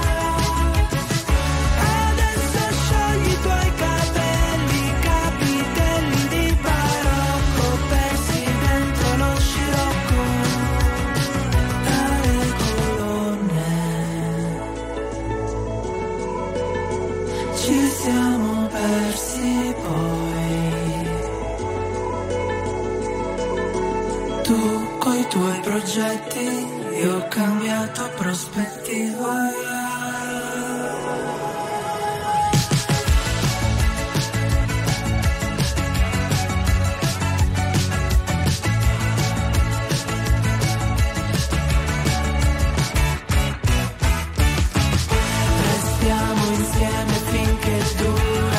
Adesso sciogli i tuoi capelli, capitelli di barocco, persi dentro lo scirocco tra le colonne. Ci siamo persi poi, tu coi tuoi progetti, io ho cambiato prospettiva. Restiamo insieme finché dura,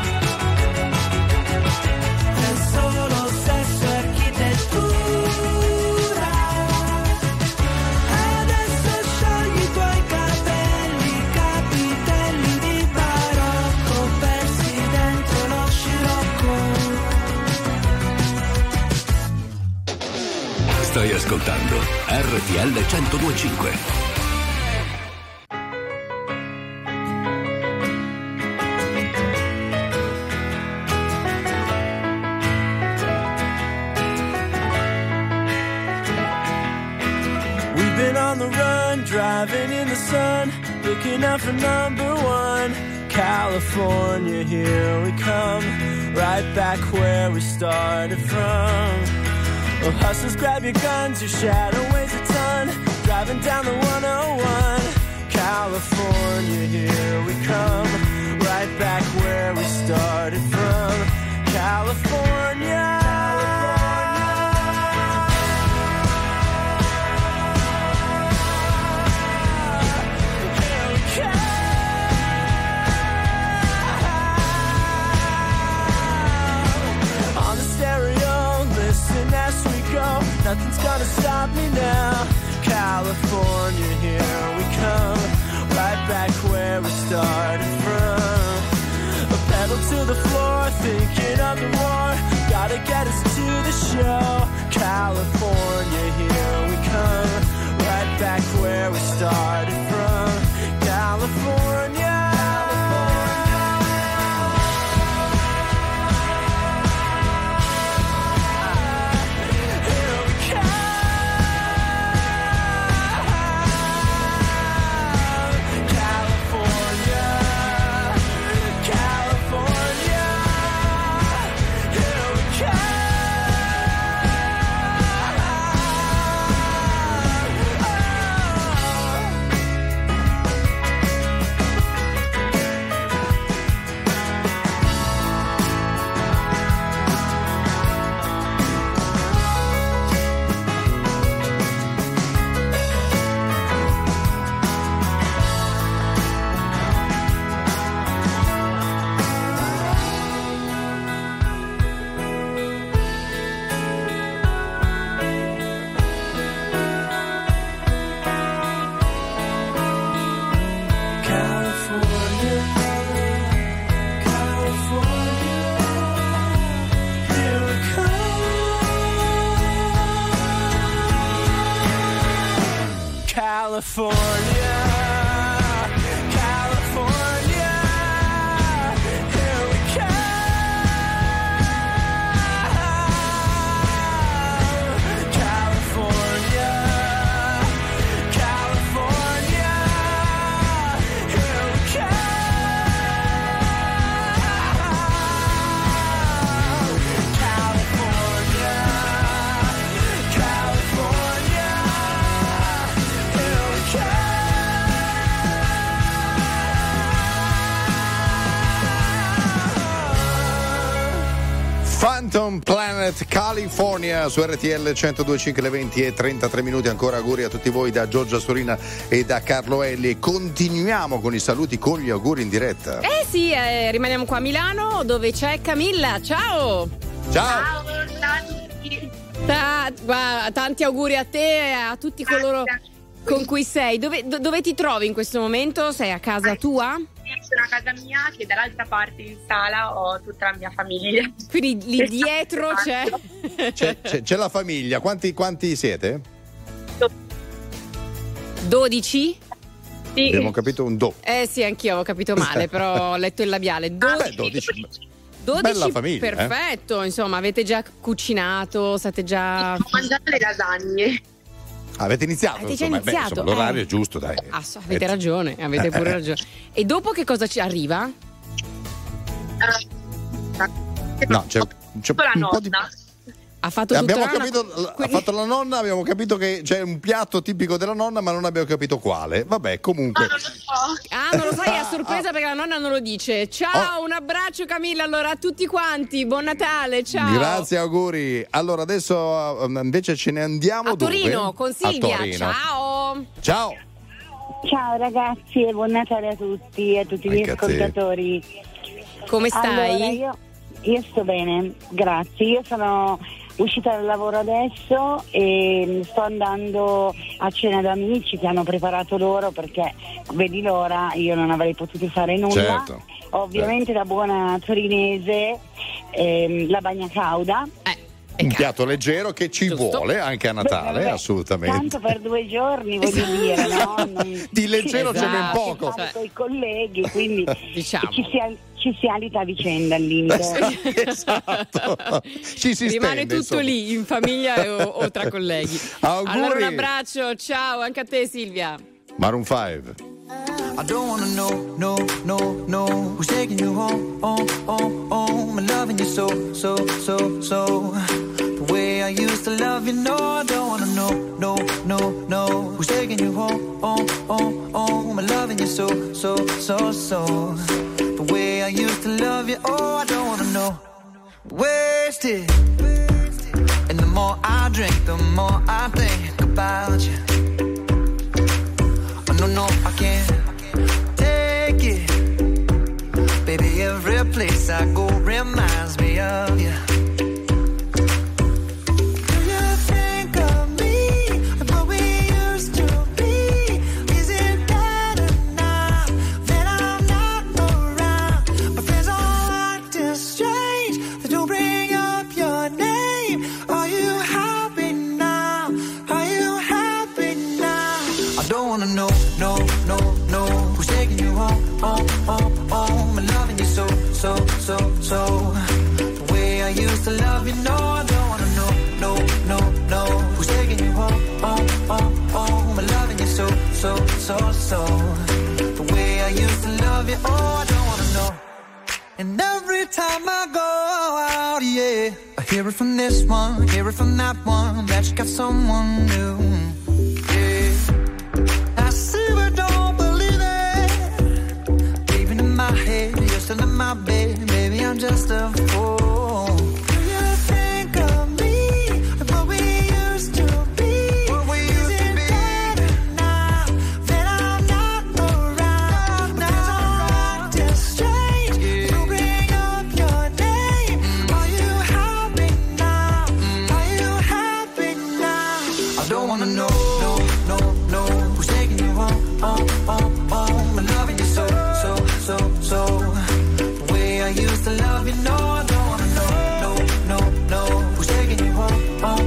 è solo sesso e architettura. Adesso sciogli i tuoi capelli, capitelli di barocco, persi dentro lo scirocco. Stai ascoltando RTL 102.5. We've been on the run, driving in the sun, looking out for number one. California, here we come, right back where we started from. Oh, hustlers, grab your guns, your shadow weighs a ton, driving down the 101. California, here we come, right back where we started from. California. On the stereo, listen as we go, nothing's gonna stop me now. California, here we come, right back where we started from. A pedal to the floor, thinking of the war, gotta get us to the show. California, here we come, right back where we started from. California. California, California, here we come. California, California, here we come. California, California. Phantom Planet California su RTL 102.5, le 20:33. Ancora auguri a tutti voi da Giorgia Surina e da Carlo Elli, e continuiamo con i saluti, con gli auguri in diretta. Sì, rimaniamo qua a Milano dove c'è Camilla. Ciao ciao a tutti. Tanti auguri a te e a tutti coloro con cui sei. Dove ti trovi in questo momento? Sei a casa tua? Sono a casa mia, che dall'altra parte in sala ho tutta la mia famiglia. Quindi lì dietro c'è la famiglia. Quanti siete? 12? Sì. Abbiamo capito un do. Sì, anch'io avevo capito male, però ho letto il labiale. 12. Bella famiglia, perfetto. Insomma, avete già cucinato, state già... Ho mangiato le lasagne. Avete iniziato? Avete già iniziato? L'orario è giusto, dai. Avete ragione, avete pure ragione. E dopo che cosa ci arriva? No, c'è la un po' nonna. di... Ha fatto tutta abbiamo la capito, ha fatto la nonna, abbiamo capito che c'è un piatto tipico della nonna, ma non abbiamo capito quale. Vabbè, comunque. Non lo sai, è a sorpresa perché la nonna non lo dice. Ciao, un abbraccio Camilla, allora a tutti quanti, buon Natale, ciao. Grazie, auguri. Allora adesso invece ce ne andiamo a Torino dove? con Silvia. A Torino. Ciao. Ciao. Ciao ragazzi e buon Natale a tutti e a tutti i miei ascoltatori. Come stai? Allora, io sto bene, grazie. Io sono uscita dal lavoro adesso e sto andando a cena da amici che hanno preparato loro, perché vedi l'ora, io non avrei potuto fare nulla. Certo. Ovviamente da buona torinese la bagna cauda. Un piatto leggero che ci vuole anche a Natale, assolutamente. Tanto per 2 giorni, voglio dire, no? Di leggero c'è ben poco. Con i colleghi, quindi diciamo. ci si alita a vicenda al limite. Esatto. Ci si rimane stende, tutto insomma. lì in famiglia o tra colleghi. Auguri. Allora un abbraccio, ciao anche a te Silvia. Maroon 5. I don't wanna know, no, no, no, who's taking you home, I'm loving you so, so, so, so. The way I used to love you, no, I don't wanna know, no, no, no, who's taking you home, I'm loving you so, so, so, so. The way I used to love you, oh, I don't wanna know. Wasted. And the more I drink, the more I think about you. Oh, no, no, I can't take it. Baby, every place I go reminds me of you. Do you think of me and what we used to be? Is it better now that I'm not around? My friends all acting strange. They don't bring up your name. Are you happy now? Are you happy now? I don't wanna know, no, no, no, who's taking you home, I'm loving you so, so, so, so. The way I used to love you, no, I don't wanna know, no, no, no, who's taking you home, I'm loving you so, so, so, so. The way I used to love you, oh, I don't wanna know. And every time I go out, yeah, I hear it from this one, hear it from that one, that you got someone new. Yeah, I see but don't believe it. Even in my head, you're still in my bed. Maybe I'm just a fool. Do you think of me and what we used to be? What we used to be? Better now that I'm not around? Now I'm acting strange. You bring up your name. Are you happy now? Are you happy now? I don't wanna know, no, no, no, who's taking you home, I'm loving you so, so, so, so. The way I used to love you, no, I don't wanna know, no, no, no, who's taking you home,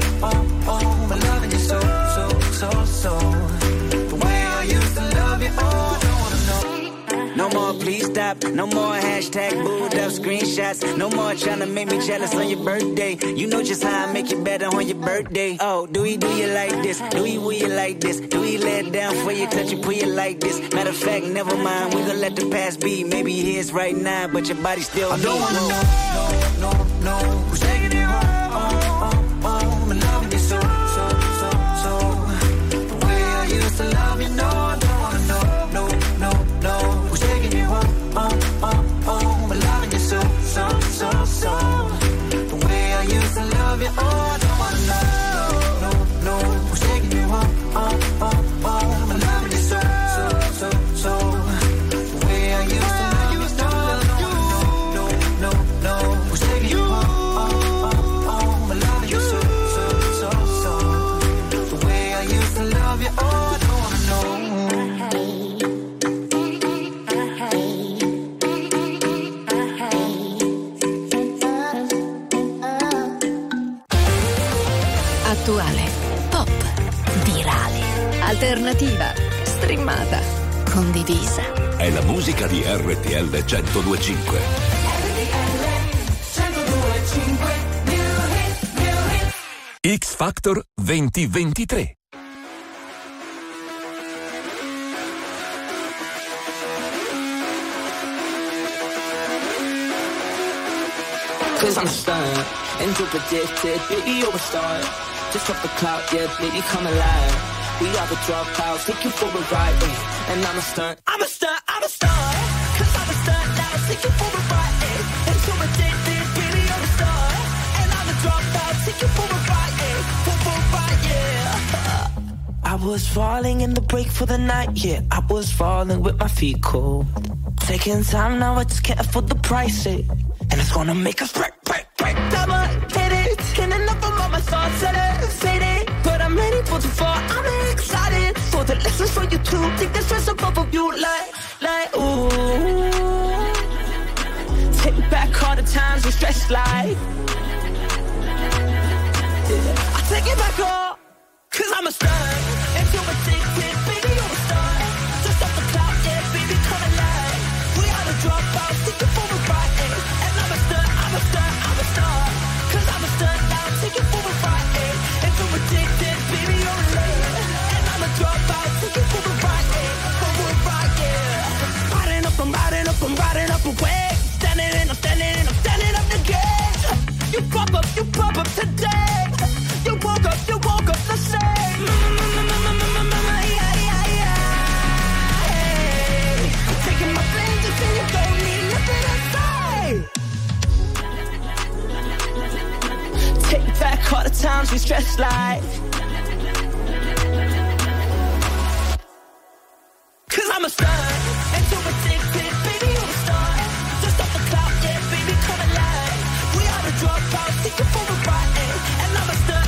I'm loving you so, so, so, so. The way I used to love you, oh, I don't wanna know. No more please stop, no more hashtag booed up screenshots. No more trying to make me jealous on your birthday. You know just how I make you better on your birthday. Oh, do you like this? Do you will you like this? Do you lay it down for you, touch you, put you like this? Matter of fact, never mind, we gon' let the past be. Maybe here's right now, but your body still I don't wanna know, no, no, no, who's taking you home, I'm loving you so, so, so, so. The way I used to love you, no, I don't wanna know, no, no, no, who's taking you home, I'm loving you so, so, so, so. The way I used to love you, oh, I don't wanna know, no, no, who's taking you home, I'm loving you so, so, so, so. The way I used to love you, no, I don't wanna know, no, no, who's taking you home, I'm loving you so, so, so, so. The way I used to love you, oh, I don't wanna know. Attuale, pop, virale, alternativa, streamata, condivisa. È la musica di RTL 102.5. X Factor 2023. Cause I'm stunned and too predicted, baby, you're a star. Just off the cloud, yeah, baby, come alive. We are the dropouts, take you for a ride, and I'm a stunt. I'm a stunt, I'm a stunt. Cause I'm a stunt now, take you for a ride, and too addicted, baby, you're a star. And I'm the dropout, take you for a ride, yeah. I was falling in the break for the night, yeah. I was falling with my feet cold. Taking time now, I just can't afford the price, eh. And it's gonna make us break. Double hit it, can't enough of all my thoughts that are faded. But I'm ready for the fall, I'm excited for the lessons for you too. Take the stress off of you like, ooh. Take back all the times we stressed life. Yeah. I take it back all, cause I'm a star. And you're addicted, baby, you're a star. Just off the cloud, yeah, baby, come alive. We are the dropouts, take it for a ride. And I'm a star, I'm a star, I'm a star. Cause I'm a star now, take it for a ride. And you're addicted, baby, you're a lady. And I'm a dropout, take it for a ride. For a ride, yeah. away. I'm standing up the gate. You pop up today. You woke up the same. Taking my vengeance and you don't need nothing to say. Take back all the times we stressed like. Cause I'm a stud and too addicted, baby, you're a star. Just off the clock, yeah, baby, come alive. We are the dropouts, seeking for a ride. And I'm a stud.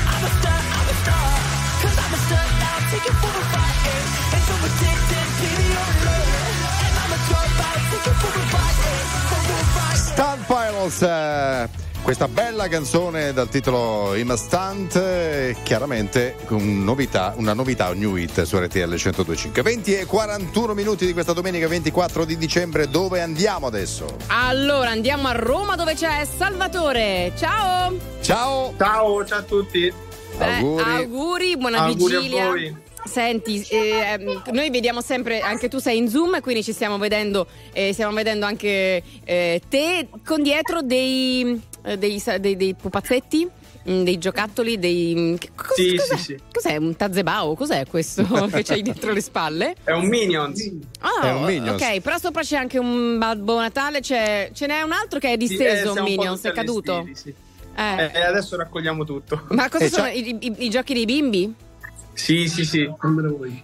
Cause I'm a stud now, taking for a ride. And too addicted, baby, you're in love. And I'm a dropout, taking for a ride. Stunt Pilots, questa bella canzone dal titolo I'm a Stunt, chiaramente con una novità, un new hit su RTL 102.5. 20 e 41 minuti di questa domenica 24 di dicembre. Dove andiamo adesso? Allora andiamo a Roma, dove c'è Salvatore. Ciao Ciao a tutti. Auguri, buona vigilia. A voi. Senti, noi vediamo sempre, anche tu sei in Zoom e quindi ci stiamo vedendo anche te con dietro dei pupazzetti, dei giocattoli, Sì. Cos'è un tazebao? Cos'è questo che c'hai dietro le spalle? È un Minions. È un Minions. Ok, però sopra c'è anche un Babbo Natale, ce n'è un altro che è disteso, un Minions, è caduto. Sì. Adesso raccogliamo tutto. Ma cosa sono i giochi dei bimbi? Sì, come voi.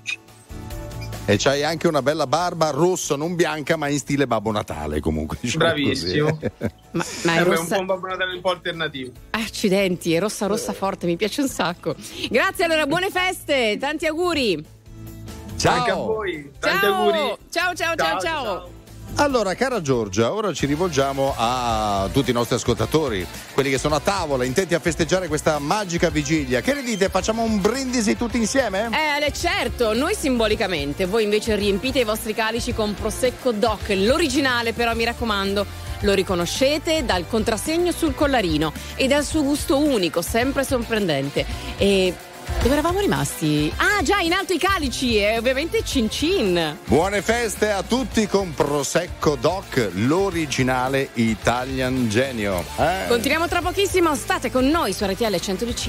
E c'hai anche una bella barba rossa, non bianca, ma in stile Babbo Natale, comunque. Diciamo bravissimo. Ma è rossa... un po' un Babbo Natale un po' alternativo. Accidenti, è rossa forte, mi piace un sacco. Grazie, allora, buone feste, tanti auguri. Ciao. Anche a voi, tanti auguri. Ciao. Allora, cara Giorgia, ora ci rivolgiamo a tutti i nostri ascoltatori, quelli che sono a tavola, intenti a festeggiare questa magica vigilia. Che ne dite? Facciamo un brindisi tutti insieme? Certo, noi simbolicamente, voi invece riempite i vostri calici con Prosecco Doc, l'originale, però mi raccomando, lo riconoscete dal contrassegno sul collarino e dal suo gusto unico, sempre sorprendente. E dove eravamo rimasti? Ah già, in alto i calici e ovviamente cin cin. Buone feste a tutti con Prosecco Doc, l'originale Italian Genio. Continuiamo tra pochissimo, state con noi su RTL 102.5.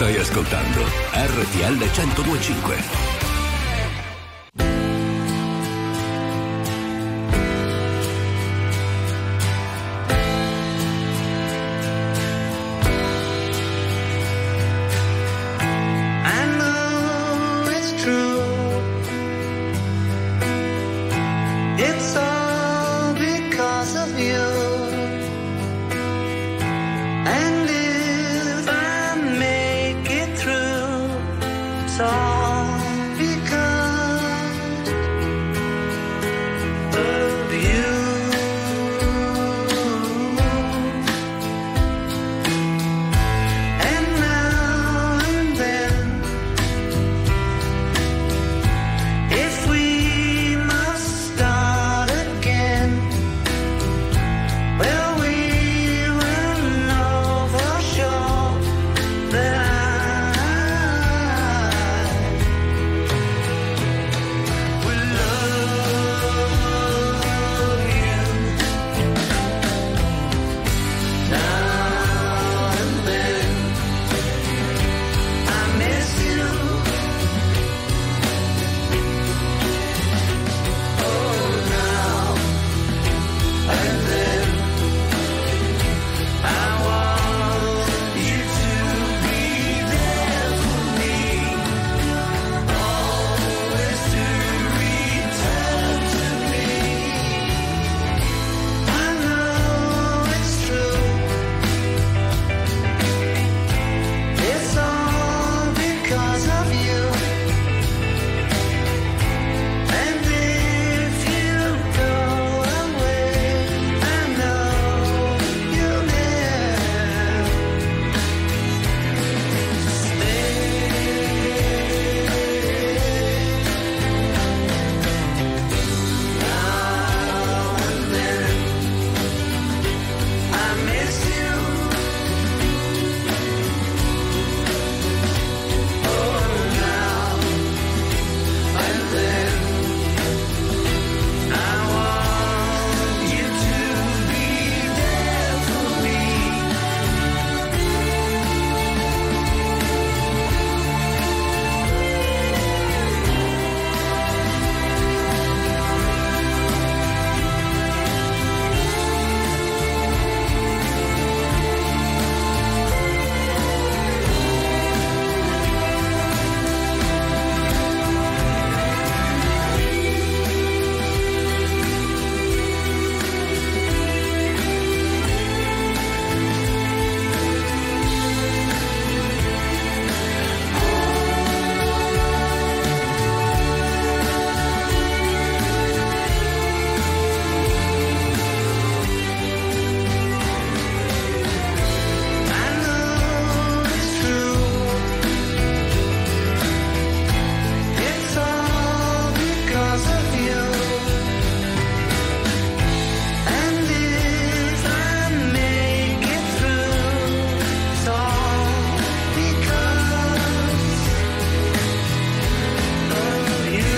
Stai ascoltando RTL 102.5. I know it's true. It's all because of you. And if I make it through, it's all because of you. And now and then, if we must start again, well, we will know for sure that I will love you. Now and then, I miss you. Oh, now and then, I want you to be there for me, always to return to me. I know it's true. It's all because of you. And if you go away, I know you'll never stay. Now and then, I miss you. Oh, now and then, I want you to be there for me. I know it's true. It's all because of you. And if I make it through, it's all because of you.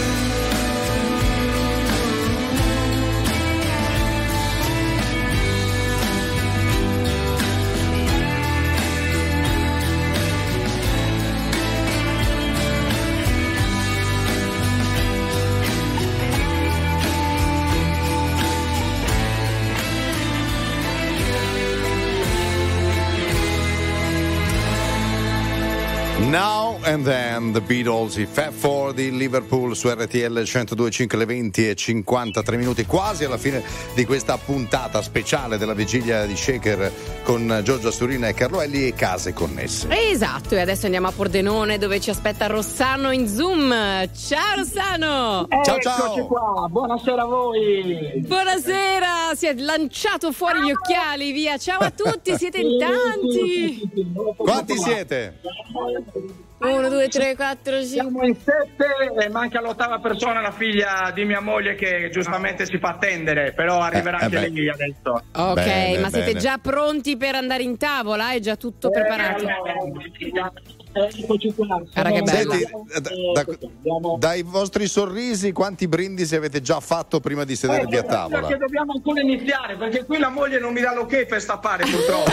Now and then, The Beatles, i Fab Four di Liverpool su RTL 102.5, le 20:53, quasi alla fine di questa puntata speciale della vigilia di Shaker con Giorgio Asturina e Carloelli e case connesse. Esatto, e adesso andiamo a Pordenone dove ci aspetta Rossano in Zoom. Ciao Rossano! Eccoci qua, buonasera a voi! Buonasera, si è lanciato fuori gli occhiali, via. Ciao a tutti, siete in tanti. Quanti siete? 1, 2, 3, 4, 5. Siamo in 7 e manca l'8ª persona, la figlia di mia moglie che giustamente si fa attendere, però arriverà anche lei adesso. Ok, Bene, ma siete bene. già pronti per andare in tavola? È già tutto preparato? Allora, Eccoci qua. Guarda che bello. Senti, dai vostri sorrisi, quanti brindisi avete già fatto prima di sedervi a tavola? Che dobbiamo ancora iniziare, perché qui la moglie non mi dà l'ok per stappare, purtroppo.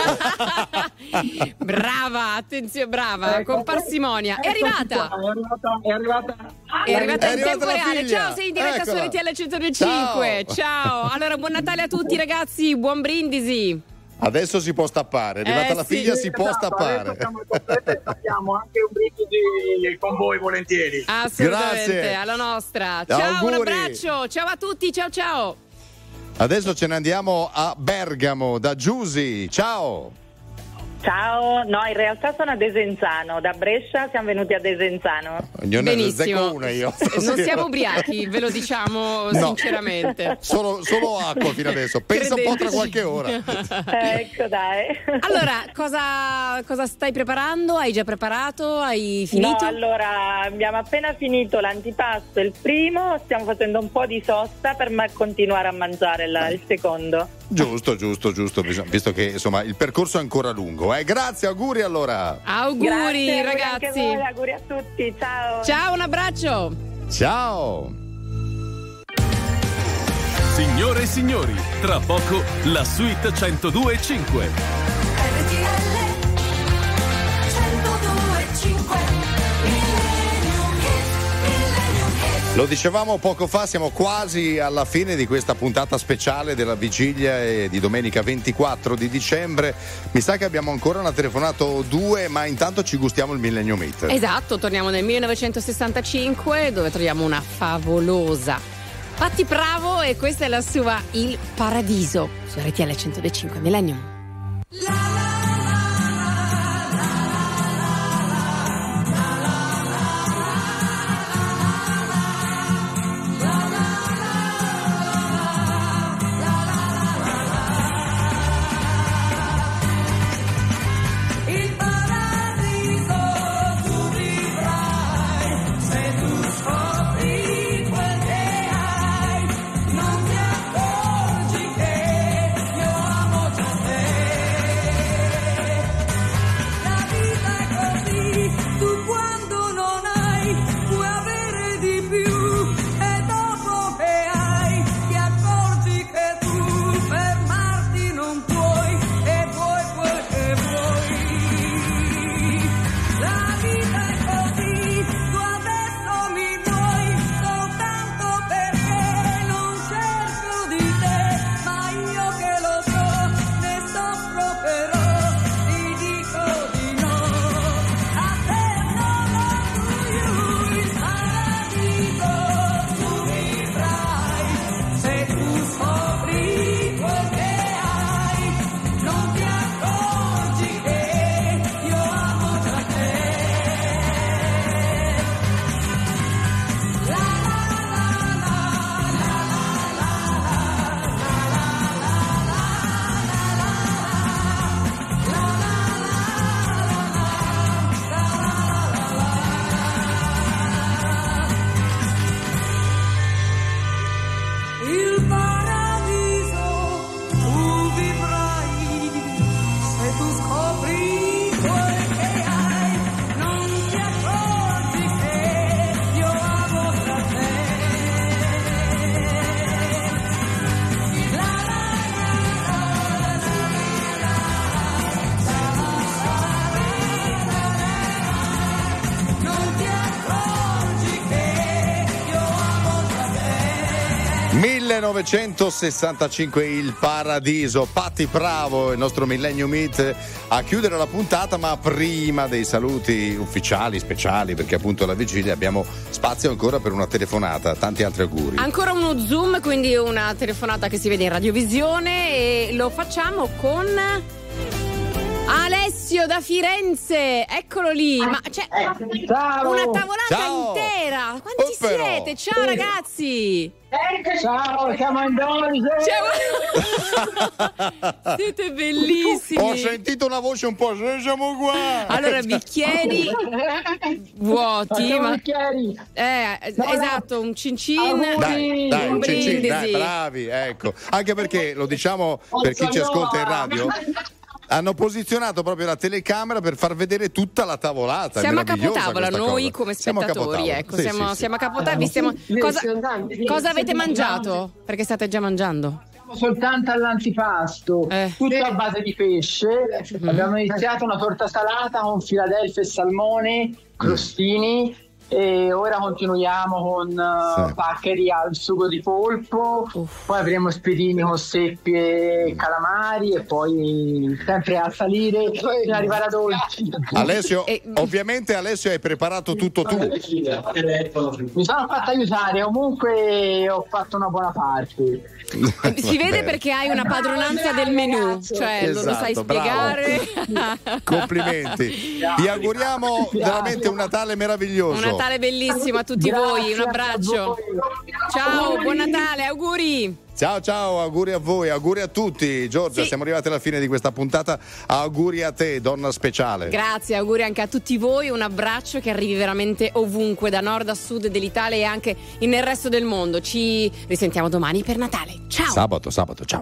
Brava, attenzione, brava, con parsimonia. È arrivata. È arrivata in tempo la reale. figlia. Ciao, sei in diretta su Eccola. RTL 102.5. Ciao. Allora, buon Natale a tutti ragazzi, buon brindisi. Adesso si può stappare, è arrivata la sì. figlia, si può stappare. Abbiamo anche un brindisi con voi volentieri. Assolutamente, Grazie. alla nostra. Ciao, un Auguri. abbraccio. Ciao a tutti, ciao ciao. Adesso ce ne andiamo a Bergamo da Giusy. Ciao. Ciao, no, in realtà sono a Desenzano, da Brescia siamo venuti a Desenzano. Io ne zecco una io. Non siamo ubriachi, ve lo diciamo No. sinceramente. Solo acqua fino adesso. Pensa un po' tra qualche ora. Ecco, dai. Allora, cosa stai preparando? Hai già preparato? Hai finito? No, allora, abbiamo appena finito l'antipasto, il primo, stiamo facendo un po' di sosta per continuare a mangiare il secondo. Giusto, visto che insomma il percorso è ancora lungo. Grazie, auguri allora. Auguri Grazie, ragazzi. anche voi, auguri a tutti, ciao. Ciao, un abbraccio. Ciao. Signore e signori, tra poco la suite 102.5. Lo dicevamo poco fa, siamo quasi alla fine di questa puntata speciale della vigilia di domenica 24 di dicembre. Mi sa che abbiamo ancora una telefonata o due, ma intanto ci gustiamo il Millennium Hit. Esatto, torniamo nel 1965 dove troviamo una favolosa Patti Bravo e questa è la sua Il Paradiso su RTL 102.5 Millennium. Il paradiso tu vivrai se tu scopri quel che hai, non ti accorgi che io amo già te. La vita è così, tu quando non hai puoi avere di più e dopo che hai ti accorgi che tu fermarti non puoi e vuoi quel che vuoi. La vita è così, tu adesso mi vuoi soltanto perché non cerco di te, ma io che lo so, ne soffro però, ti dico di no. A te non ho più il paradiso, tu vivrai se tu scopri quel che hai, non ti accorgi che io amo già te. Il paradiso tu vivrai se tu scopri quel che hai, non ti accorgi che io amo tra te. Non ti accorgi che io amo tra te. 1965 Il Paradiso, Patti Bravo, il nostro Millennium Hit a chiudere la puntata, ma prima dei saluti ufficiali, speciali, perché appunto alla vigilia abbiamo spazio ancora per una telefonata, tanti altri auguri. Ancora uno zoom, quindi una telefonata che si vede in radiovisione e lo facciamo con Alessio da Firenze, eccolo lì. Ma c'è una tavolata Ciao. intera. Quanti però. siete? Ciao ragazzi. Ciao, siamo in Dolce. Siete bellissimi. Ho sentito una voce un po', siamo qua. Allora, bicchieri vuoti, Facciamo ma bicchieri. esatto, un cincin, Dai, un un cincin, brindisi. dai, bravi, ecco. Anche perché lo diciamo per chi ci ascolta in radio. Hanno posizionato proprio la telecamera per far vedere tutta la tavolata. Siamo a Meravigliosa Capotavola, questa noi cosa. come Siamo a spettatori, Capotavola. ecco, Sì, siamo, sì, siamo a sì. Capotavola. Cosa avete mangiato? Perché state già mangiando? Soltanto all'antipasto, tutto a base di pesce. Abbiamo iniziato una torta salata con Philadelphia e salmone, crostini, e ora continuiamo con paccheri al sugo di polpo, poi avremo spiedini con seppie e calamari, e poi sempre a salire fino ad arrivare a dolci. Alessio, ovviamente Alessio hai preparato tutto tu. Mi sono fatto aiutare, comunque ho fatto una buona parte. Si vede perché hai una padronanza del menù, cioè lo sai Esatto, spiegare. Complimenti. Vi auguriamo veramente un Natale meraviglioso. Un Natale bellissimo a tutti voi, un abbraccio. Ciao, buon Natale, auguri. Ciao, auguri a voi, auguri a tutti. Giorgia, siamo arrivati alla fine di questa puntata. Auguri a te, donna speciale. Grazie, auguri anche a tutti voi, un abbraccio che arrivi veramente ovunque, da nord a sud dell'Italia e anche nel resto del mondo. Ci risentiamo domani per Natale. Ciao. Sabato, ciao.